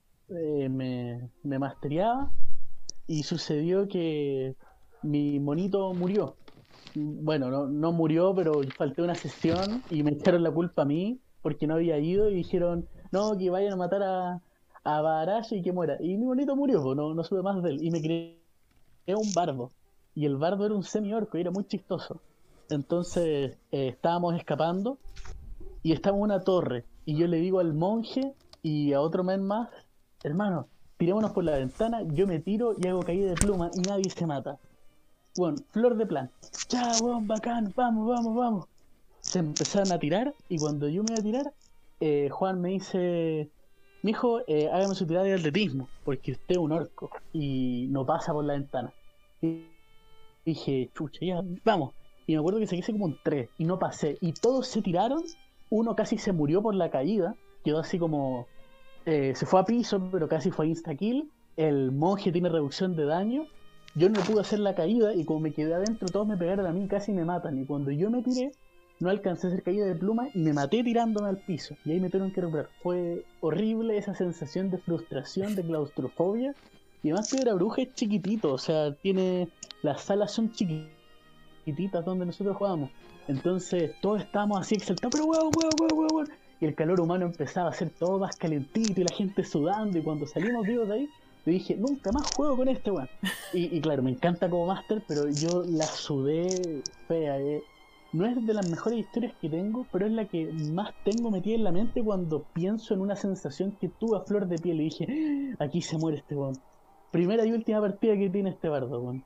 me mastereaba y sucedió que mi monito murió. Bueno, no murió, pero falté una sesión y me echaron la culpa a mí porque no había ido y dijeron, no, que vayan a matar a Barash y que muera. Y mi monito murió, pues, no supe más de él. Y me creé un bardo. Y el bardo era un semi-orco y era muy chistoso. Entonces estábamos escapando y estaba en una torre. Y yo le digo al monje y a otro men más, hermano, tirémonos por la ventana, yo me tiro y hago caída de pluma y nadie se mata. Bueno, flor de plan. Ya, weón, bacán, vamos. Se empezaron a tirar y cuando yo me iba a tirar, Juan me dice, mijo, hágame su tirada de atletismo, porque usted es un orco y no pasa por la ventana. Y dije, chucha, ya, vamos. Y me acuerdo que saqué como un 3 y no pasé. Y todos se tiraron, uno casi se murió por la caída, quedó así como, se fue a piso, pero casi fue insta-kill. El monje tiene reducción de daño. Yo no pude hacer la caída y como me quedé adentro, todos me pegaron a mí y casi me matan. Y cuando yo me tiré, no alcancé a hacer caída de pluma y me maté tirándome al piso. Y ahí me tuvieron que recuperar. Fue horrible esa sensación de frustración, de claustrofobia. Y además Piedra Bruja es chiquitito, o sea, las salas son chiquitas chiquititas donde nosotros jugábamos. Entonces todos estábamos así exaltados, pero weón. Y el calor humano empezaba a ser todo más calentito y la gente sudando. Y cuando salimos vivos de ahí, yo dije, nunca más juego con este weón. Y claro, me encanta como Master, pero yo la sudé fea. No es de las mejores historias que tengo, pero es la que más tengo metida en la mente cuando pienso en una sensación que tuve a flor de piel. Y dije, aquí se muere este weón. Primera y última partida que tiene este bardo, weón.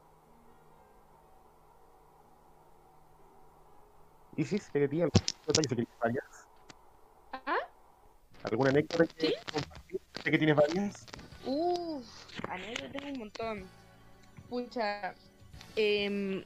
Y sí, sé que tiene detalles, sé que tienes varias. ¿Ah? ¿Alguna anécdota que ¿Sí? compartir? Sé que tienes varias. Anécdotas tengo un montón. Pucha, em,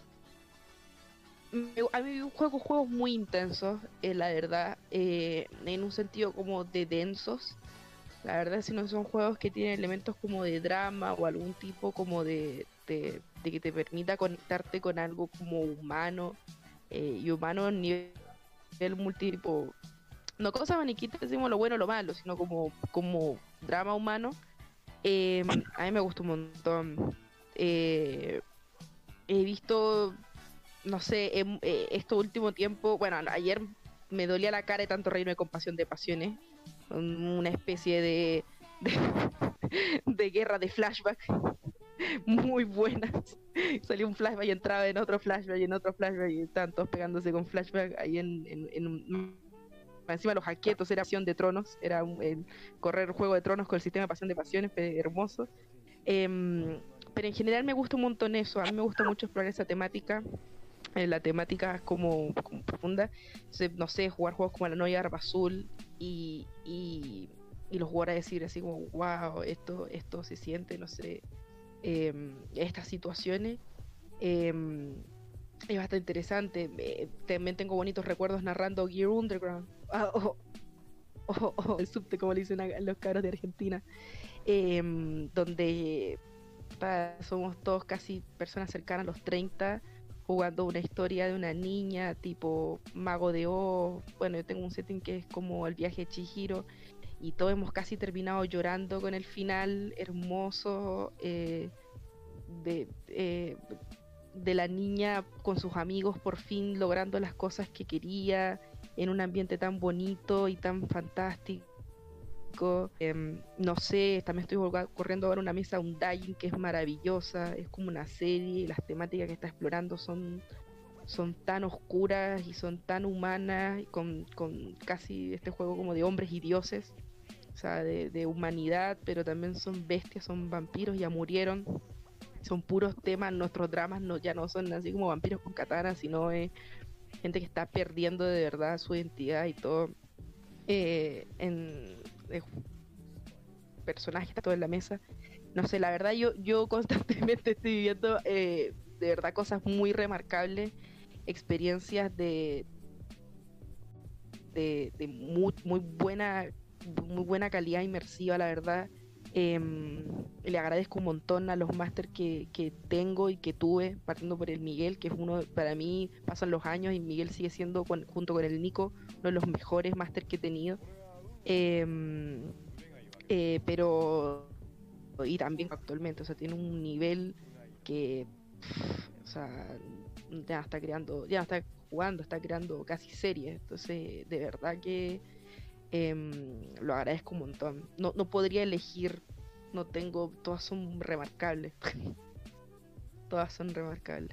a mí juego juegos muy intensos, la verdad, en un sentido como de densos. La verdad, si no son juegos que tienen elementos como de drama o algún tipo como de que te permita conectarte con algo como humano, y humano a nivel multitipo, no cosas maniquitas, decimos lo bueno o lo malo, sino como drama humano. A mí me gusta un montón. Eh, He visto, no sé, este último tiempo, bueno, ayer me dolía la cara de tanto reino de compasión de pasiones, una especie de, de guerra de flashback muy buenas. Salió un flashback y entraba en otro flashback y en otro flashback y estaban todos pegándose con flashback ahí encima los hacketos, era Pasión de Tronos, era correr Juego de Tronos con el sistema de Pasión de Pasiones, hermoso. Pero en general me gusta un montón eso, a mí me gusta mucho explorar esa temática, la temática es como profunda. Entonces, no sé, jugar juegos como La Novia Arpa Azul y los jugar a decir así como, wow, esto se siente, no sé, estas situaciones. em, es bastante interesante. También tengo bonitos recuerdos narrando Gear Underground. O el subte, como le dicen a los cabros de Argentina. Donde somos todos casi personas cercanas a los 30 jugando una historia de una niña tipo Mago de Oz. Bueno, yo tengo un setting que es como el viaje de Chihiro y todos hemos casi terminado llorando con el final hermoso, de, eh, de la niña con sus amigos por fin logrando las cosas que quería en un ambiente tan bonito y tan fantástico. No sé, también estoy corriendo a ver una mesa Undying que es maravillosa, es como una serie, las temáticas que está explorando son tan oscuras y son tan humanas, con casi este juego como de hombres y dioses, o sea, de humanidad, pero también son bestias, son vampiros, ya murieron, son puros temas, nuestros dramas ya no son así como vampiros con katanas, sino gente que está perdiendo de verdad su identidad y todo. En personajes, todo en la mesa. No sé, la verdad yo constantemente estoy viviendo de verdad cosas muy remarcables, experiencias de muy buena calidad inmersiva, la verdad. Le agradezco un montón a los máster que tengo y que tuve, partiendo por el Miguel, que es uno, para mí pasan los años y Miguel sigue siendo, junto con el Nico, uno de los mejores máster que he tenido. Pero y también actualmente, o sea, tiene un nivel que, o sea, ya está jugando, está creando casi series, entonces de verdad que lo agradezco un montón. No podría elegir, no tengo, todas son remarcables, todas son remarcables.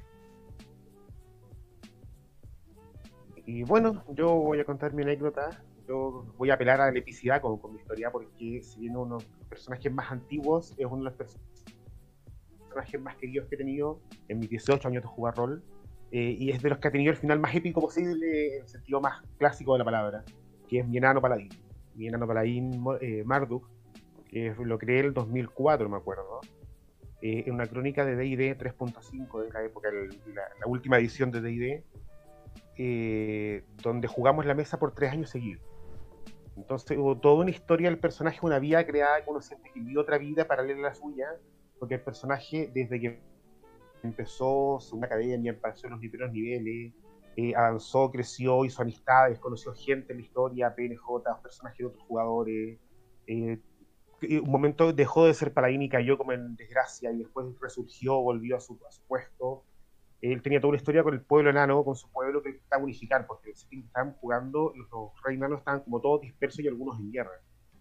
Y bueno, yo voy a contar mi anécdota. Yo voy a apelar a la epicidad con mi historia, porque si bien uno de los personajes más antiguos es uno de los personajes más queridos que he tenido en mis 18 años de jugar rol, y es de los que ha tenido el final más épico posible en el sentido más clásico de la palabra, que es mi enano paladín. Mi enano paladín Marduk, que lo creé en el 2004, me acuerdo, en una crónica de D&D 3.5 de la época, la última edición de D&D, donde jugamos la mesa por 3 años seguidos. Entonces hubo toda una historia del personaje, una vida creada que uno siente que vivió otra vida paralela a la suya, porque el personaje desde que empezó su academia, pasó en los primeros niveles, avanzó, creció, hizo amistades, conoció gente en la historia, PNJ, personajes de otros jugadores. Un momento dejó de ser paladín y cayó como en desgracia y después resurgió, volvió a su puesto. él tenía toda una historia con el pueblo enano, con su pueblo que estaba unificar, porque el setting que estaban jugando, los reyes enanos estaban como todos dispersos y algunos en guerra.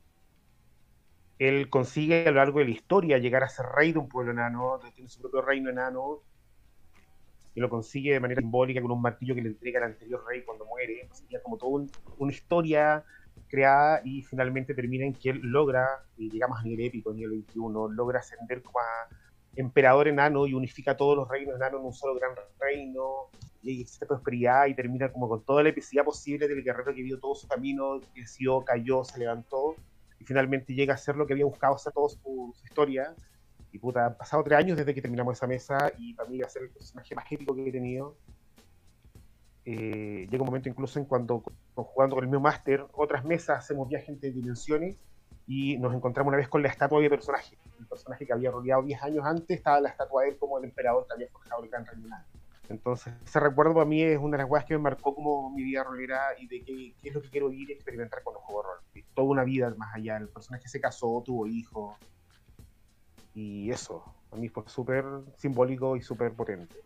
Él consigue a lo largo de la historia llegar a ser rey de un pueblo enano, tiene su propio reino enano, y lo consigue de manera simbólica con un martillo que le entrega al anterior rey cuando muere. Entonces, ya como toda una historia creada, y finalmente termina en que él logra, y llegamos a nivel épico, nivel 21, logra ascender como a emperador enano y unifica todos los reinos enanos en un solo gran reino, y existe prosperidad, y termina como con toda la epicidad posible del guerrero que vio todo su camino, creció, cayó, se levantó, y finalmente llega a ser lo que había buscado hacer toda su historia. Y puta, han pasado 3 años desde que terminamos esa mesa, y para mí va a ser el personaje más épico que he tenido. Llega un momento incluso en cuando jugando con el mismo máster, otras mesas hacemos viajes entre dimensiones y nos encontramos una vez con la estatua de personaje. El personaje que había roleado 10 años antes, estaba la estatua de él como el emperador que había forjado el gran reino. Entonces, ese recuerdo para mí es una de las cosas que me marcó como mi vida rolera y de qué es lo que quiero ir y experimentar cuando juego rol. Toda una vida más allá. El personaje se casó, tuvo hijos. Y eso, a mí fue súper simbólico y súper potente.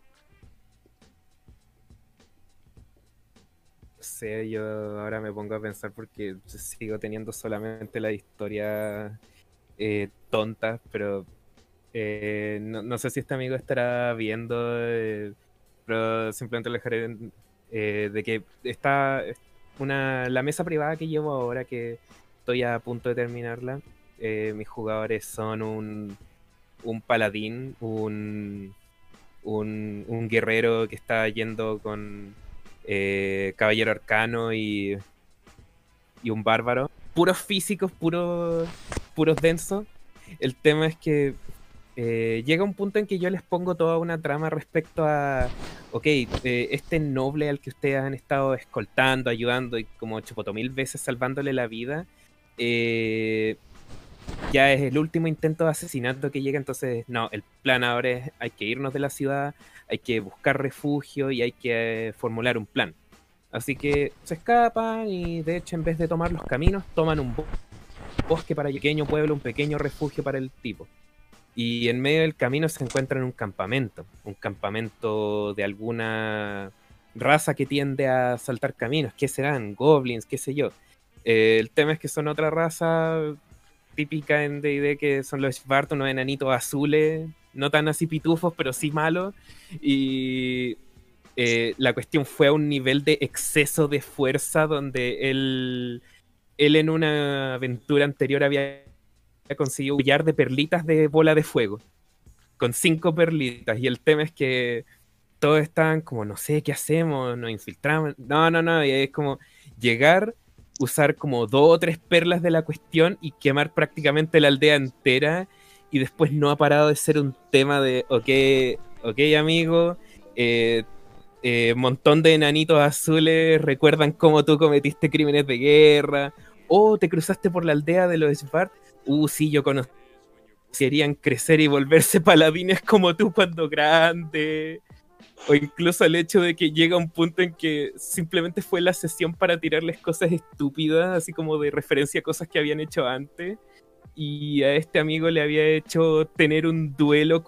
Sé, yo ahora me pongo a pensar porque sigo teniendo solamente la historia tonta, pero no sé si este amigo estará viendo, pero simplemente le dejaré de que está la mesa privada que llevo ahora, que estoy a punto de terminarla. Mis jugadores son un paladín, un guerrero que está yendo con caballero arcano y un bárbaro. Puros físicos, puros densos. El tema es que llega un punto en que yo les pongo toda una trama respecto a, ok, este noble al que ustedes han estado escoltando, ayudando y como 8.000 veces salvándole la vida, ya es el último intento de asesinato que llega. Entonces no, el plan ahora es, hay que irnos de la ciudad, hay que buscar refugio y hay que formular un plan. Así que se escapan y de hecho en vez de tomar los caminos, toman un bosque para el pequeño pueblo, un pequeño refugio para el tipo. Y en medio del camino se encuentran un campamento de alguna raza que tiende a saltar caminos. ¿Qué serán? Goblins, qué sé yo. El tema es que son otra raza típica en D&D, que son los Svart, unos enanitos azules, no tan así pitufos, pero sí malos. Y la cuestión fue a un nivel de exceso de fuerza donde él en una aventura anterior había conseguido un billar de perlitas de bola de fuego, con 5 perlitas, y el tema es que todos estaban como, no sé, ¿qué hacemos? Nos infiltramos. No, y es como llegar, usar como 2 o 3 perlas de la cuestión y quemar prácticamente la aldea entera, y después no ha parado de ser un tema de, ok amigo, montón de enanitos azules recuerdan cómo tú cometiste crímenes de guerra, o te cruzaste por la aldea de los Svart, sí, yo conocerían crecer y volverse paladines como tú cuando grande. O incluso el hecho de que llega un punto en que simplemente fue la sesión para tirarles cosas estúpidas, así como de referencia a cosas que habían hecho antes. Y a este amigo le había hecho tener un duelo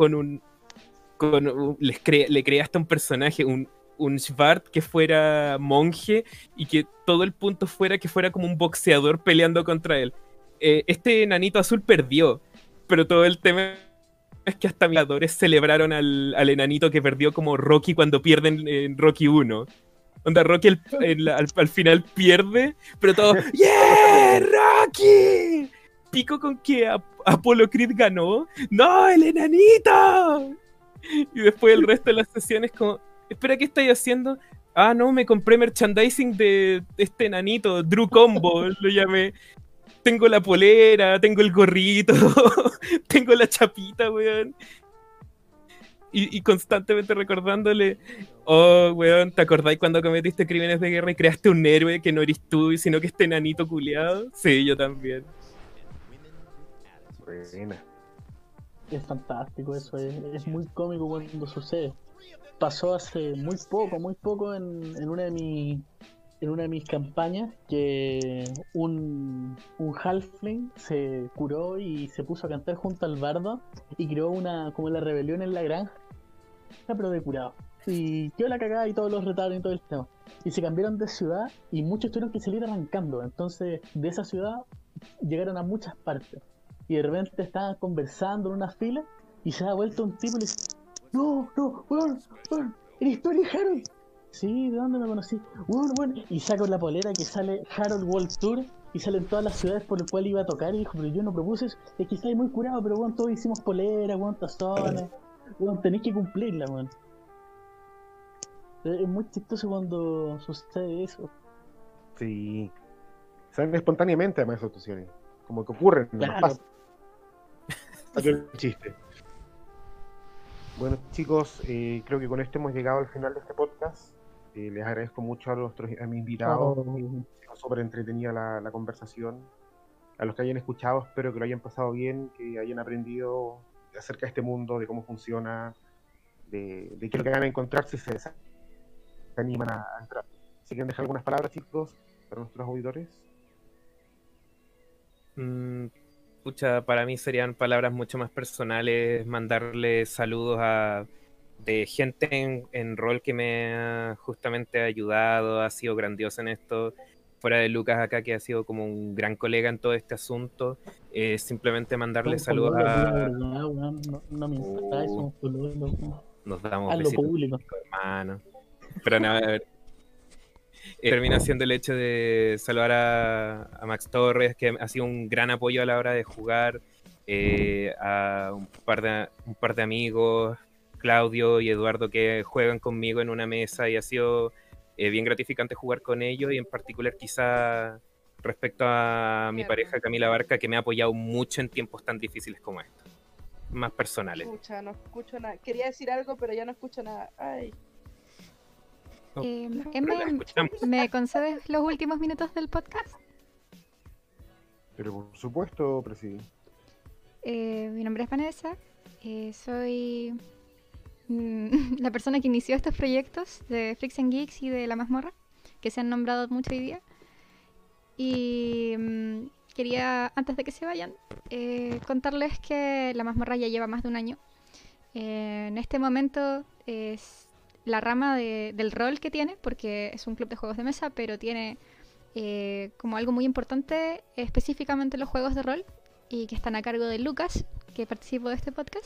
le creaste un personaje, un Svart que fuera monje, y que todo el punto fuera que fuera como un boxeador peleando contra él. Este enanito azul perdió, pero todo el tema es que hasta miradores celebraron al enanito que perdió, como Rocky cuando pierden en Rocky 1. Onda, Rocky al final pierde, pero todo, ¡yeah, Rocky! Pico con que Apollo Creed ganó. ¡No, el enanito! Y después el resto de las sesiones como, espera, ¿qué estáis haciendo? Ah, no, me compré merchandising de este enanito, Drew Combo, lo llamé. Tengo la polera, tengo el gorrito, tengo la chapita, weón. Y constantemente recordándole, oh, weón, ¿te acordáis cuando cometiste crímenes de guerra y creaste un héroe que no eres tú, sino que este enanito culiado? Sí, yo también. Buena. Es fantástico eso, es muy cómico cuando sucede. Pasó hace muy poco en una de mis campañas, que un halfling se curó y se puso a cantar junto al bardo y creó una como la rebelión en la granja, pero de curado. y quedó la cagada y todos los retaron y todo el tema. Y se cambiaron de ciudad y muchos tuvieron que salir arrancando. Entonces, de esa ciudad llegaron a muchas partes. Y de repente estaban conversando en una fila y se da vuelta un tipo y le dice: No, weón, ¿eres tú, eres Harold? Sí, ¿de dónde me conocí? Weón. Y saco la polera que sale Harold World Tour y salen todas las ciudades por las cuales iba a tocar y dijo: pero yo no propuse eso, es que estáis muy curado, pero weón, todos hicimos polera, weón, tazones, weón, tenéis que cumplirla, weón. Es muy chistoso cuando sucede eso. Sí. Salen espontáneamente además esas situaciones. Como que ocurren, no Claro. pasa. Salió el chiste. Bueno, chicos, creo que con esto hemos llegado al final de este podcast. Les agradezco mucho a mis invitados. Súper entretenida la conversación. A los que hayan escuchado, espero que lo hayan pasado bien, que hayan aprendido acerca de este mundo, de cómo funciona, de qué es lo que van a encontrar si se animan a entrar. Si quieren dejar algunas palabras, chicos, para nuestros auditores. Pucha, para mí serían palabras mucho más personales, mandarle saludos de gente en rol que me ha justamente ayudado, ha sido grandioso en esto, fuera de Lucas acá, que ha sido como un gran colega en todo este asunto. Simplemente mandarle saludos a... No me importa eso, Nos damos hazlo besitos, público. hermano. Pero no, a ver, termina siendo el hecho de saludar a Max Torres, que ha sido un gran apoyo a la hora de jugar, a un par de amigos, Claudio y Eduardo, que juegan conmigo en una mesa, y ha sido bien gratificante jugar con ellos, y en particular quizá respecto a mi pareja Camila Barca, que me ha apoyado mucho en tiempos tan difíciles como estos, más personales. Escucha, no escucho nada. Quería decir algo, pero ya no escucho nada. Ay. ¿Me concedes los últimos minutos del podcast? Pero por supuesto, presidente. Mi nombre es Vanessa, soy la persona que inició estos proyectos de Freaks and Geeks y de La Mazmorra, que se han nombrado mucho hoy día. Y quería, antes de que se vayan, contarles que La Mazmorra ya lleva más de un año. En este momento es la rama del rol que tiene, porque es un club de juegos de mesa, pero tiene como algo muy importante específicamente los juegos de rol, y que están a cargo de Lucas, que participó de este podcast.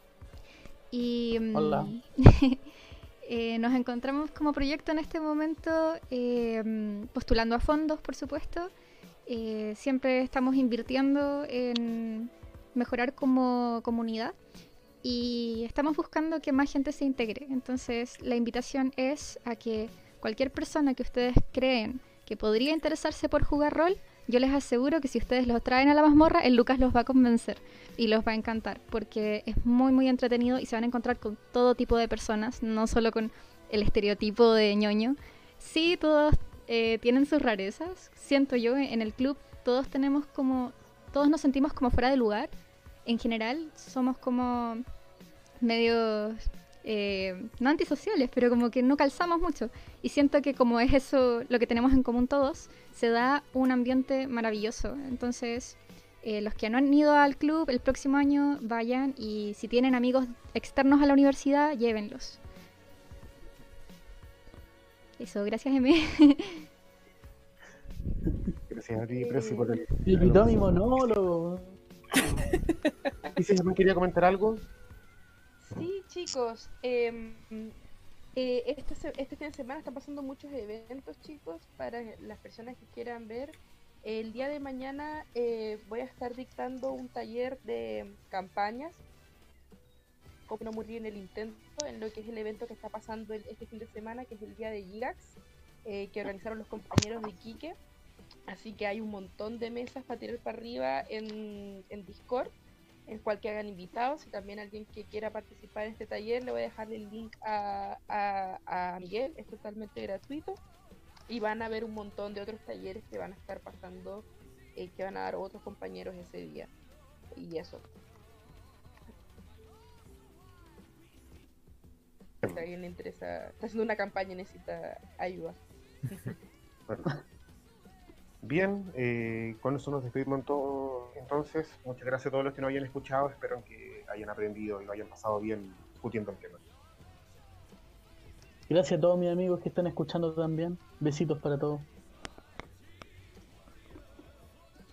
Y Hola. nos encontramos como proyecto en este momento postulando a fondos, por supuesto. Siempre estamos invirtiendo en mejorar como comunidad y estamos buscando que más gente se integre. Entonces la invitación es a que cualquier persona que ustedes creen que podría interesarse por jugar rol, yo les aseguro que si ustedes los traen a La Mazmorra, el Lucas los va a convencer y los va a encantar, porque es muy muy entretenido y se van a encontrar con todo tipo de personas, no solo con el estereotipo de ñoño. Sí, todos tienen sus rarezas, siento yo, en el club todos nos sentimos como fuera de lugar. En general somos como medios no antisociales, pero como que no calzamos mucho, y siento que como es eso lo que tenemos en común todos, se da un ambiente maravilloso. Entonces los que no han ido al club, el próximo año vayan, y si tienen amigos externos a la universidad, llévenlos. Eso, gracias M. Gracias a ti, Preci, por el... Y quitó mi monólogo. ¿Y si me quería comentar algo? Sí, chicos. Este fin de semana están pasando muchos eventos, chicos, para las personas que quieran ver. El día de mañana voy a estar dictando un taller de campañas, cómo no morir en el intento, en lo que es el evento que está pasando este fin de semana, que es el día de Gigax, que organizaron los compañeros de Iquique. Así que hay un montón de mesas para tirar para arriba en Discord, en cual que hagan invitados. Y también alguien que quiera participar en este taller, le voy a dejar el link a Miguel, es totalmente gratuito. Y van a ver un montón de otros talleres que van a estar pasando, que van a dar otros compañeros ese día. Y eso. Si a alguien le interesa, está haciendo una campaña y necesita ayuda. Bueno. Bien, con eso nos despedimos entonces. Muchas gracias a todos los que nos hayan escuchado. Espero que hayan aprendido y lo hayan pasado bien discutiendo el tema. Gracias a todos mis amigos que están escuchando también. Besitos para todos.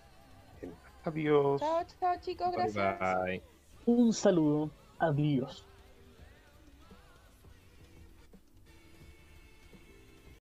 Adiós. Chao, chao chicos, Bye gracias. bye. Un saludo. Adiós.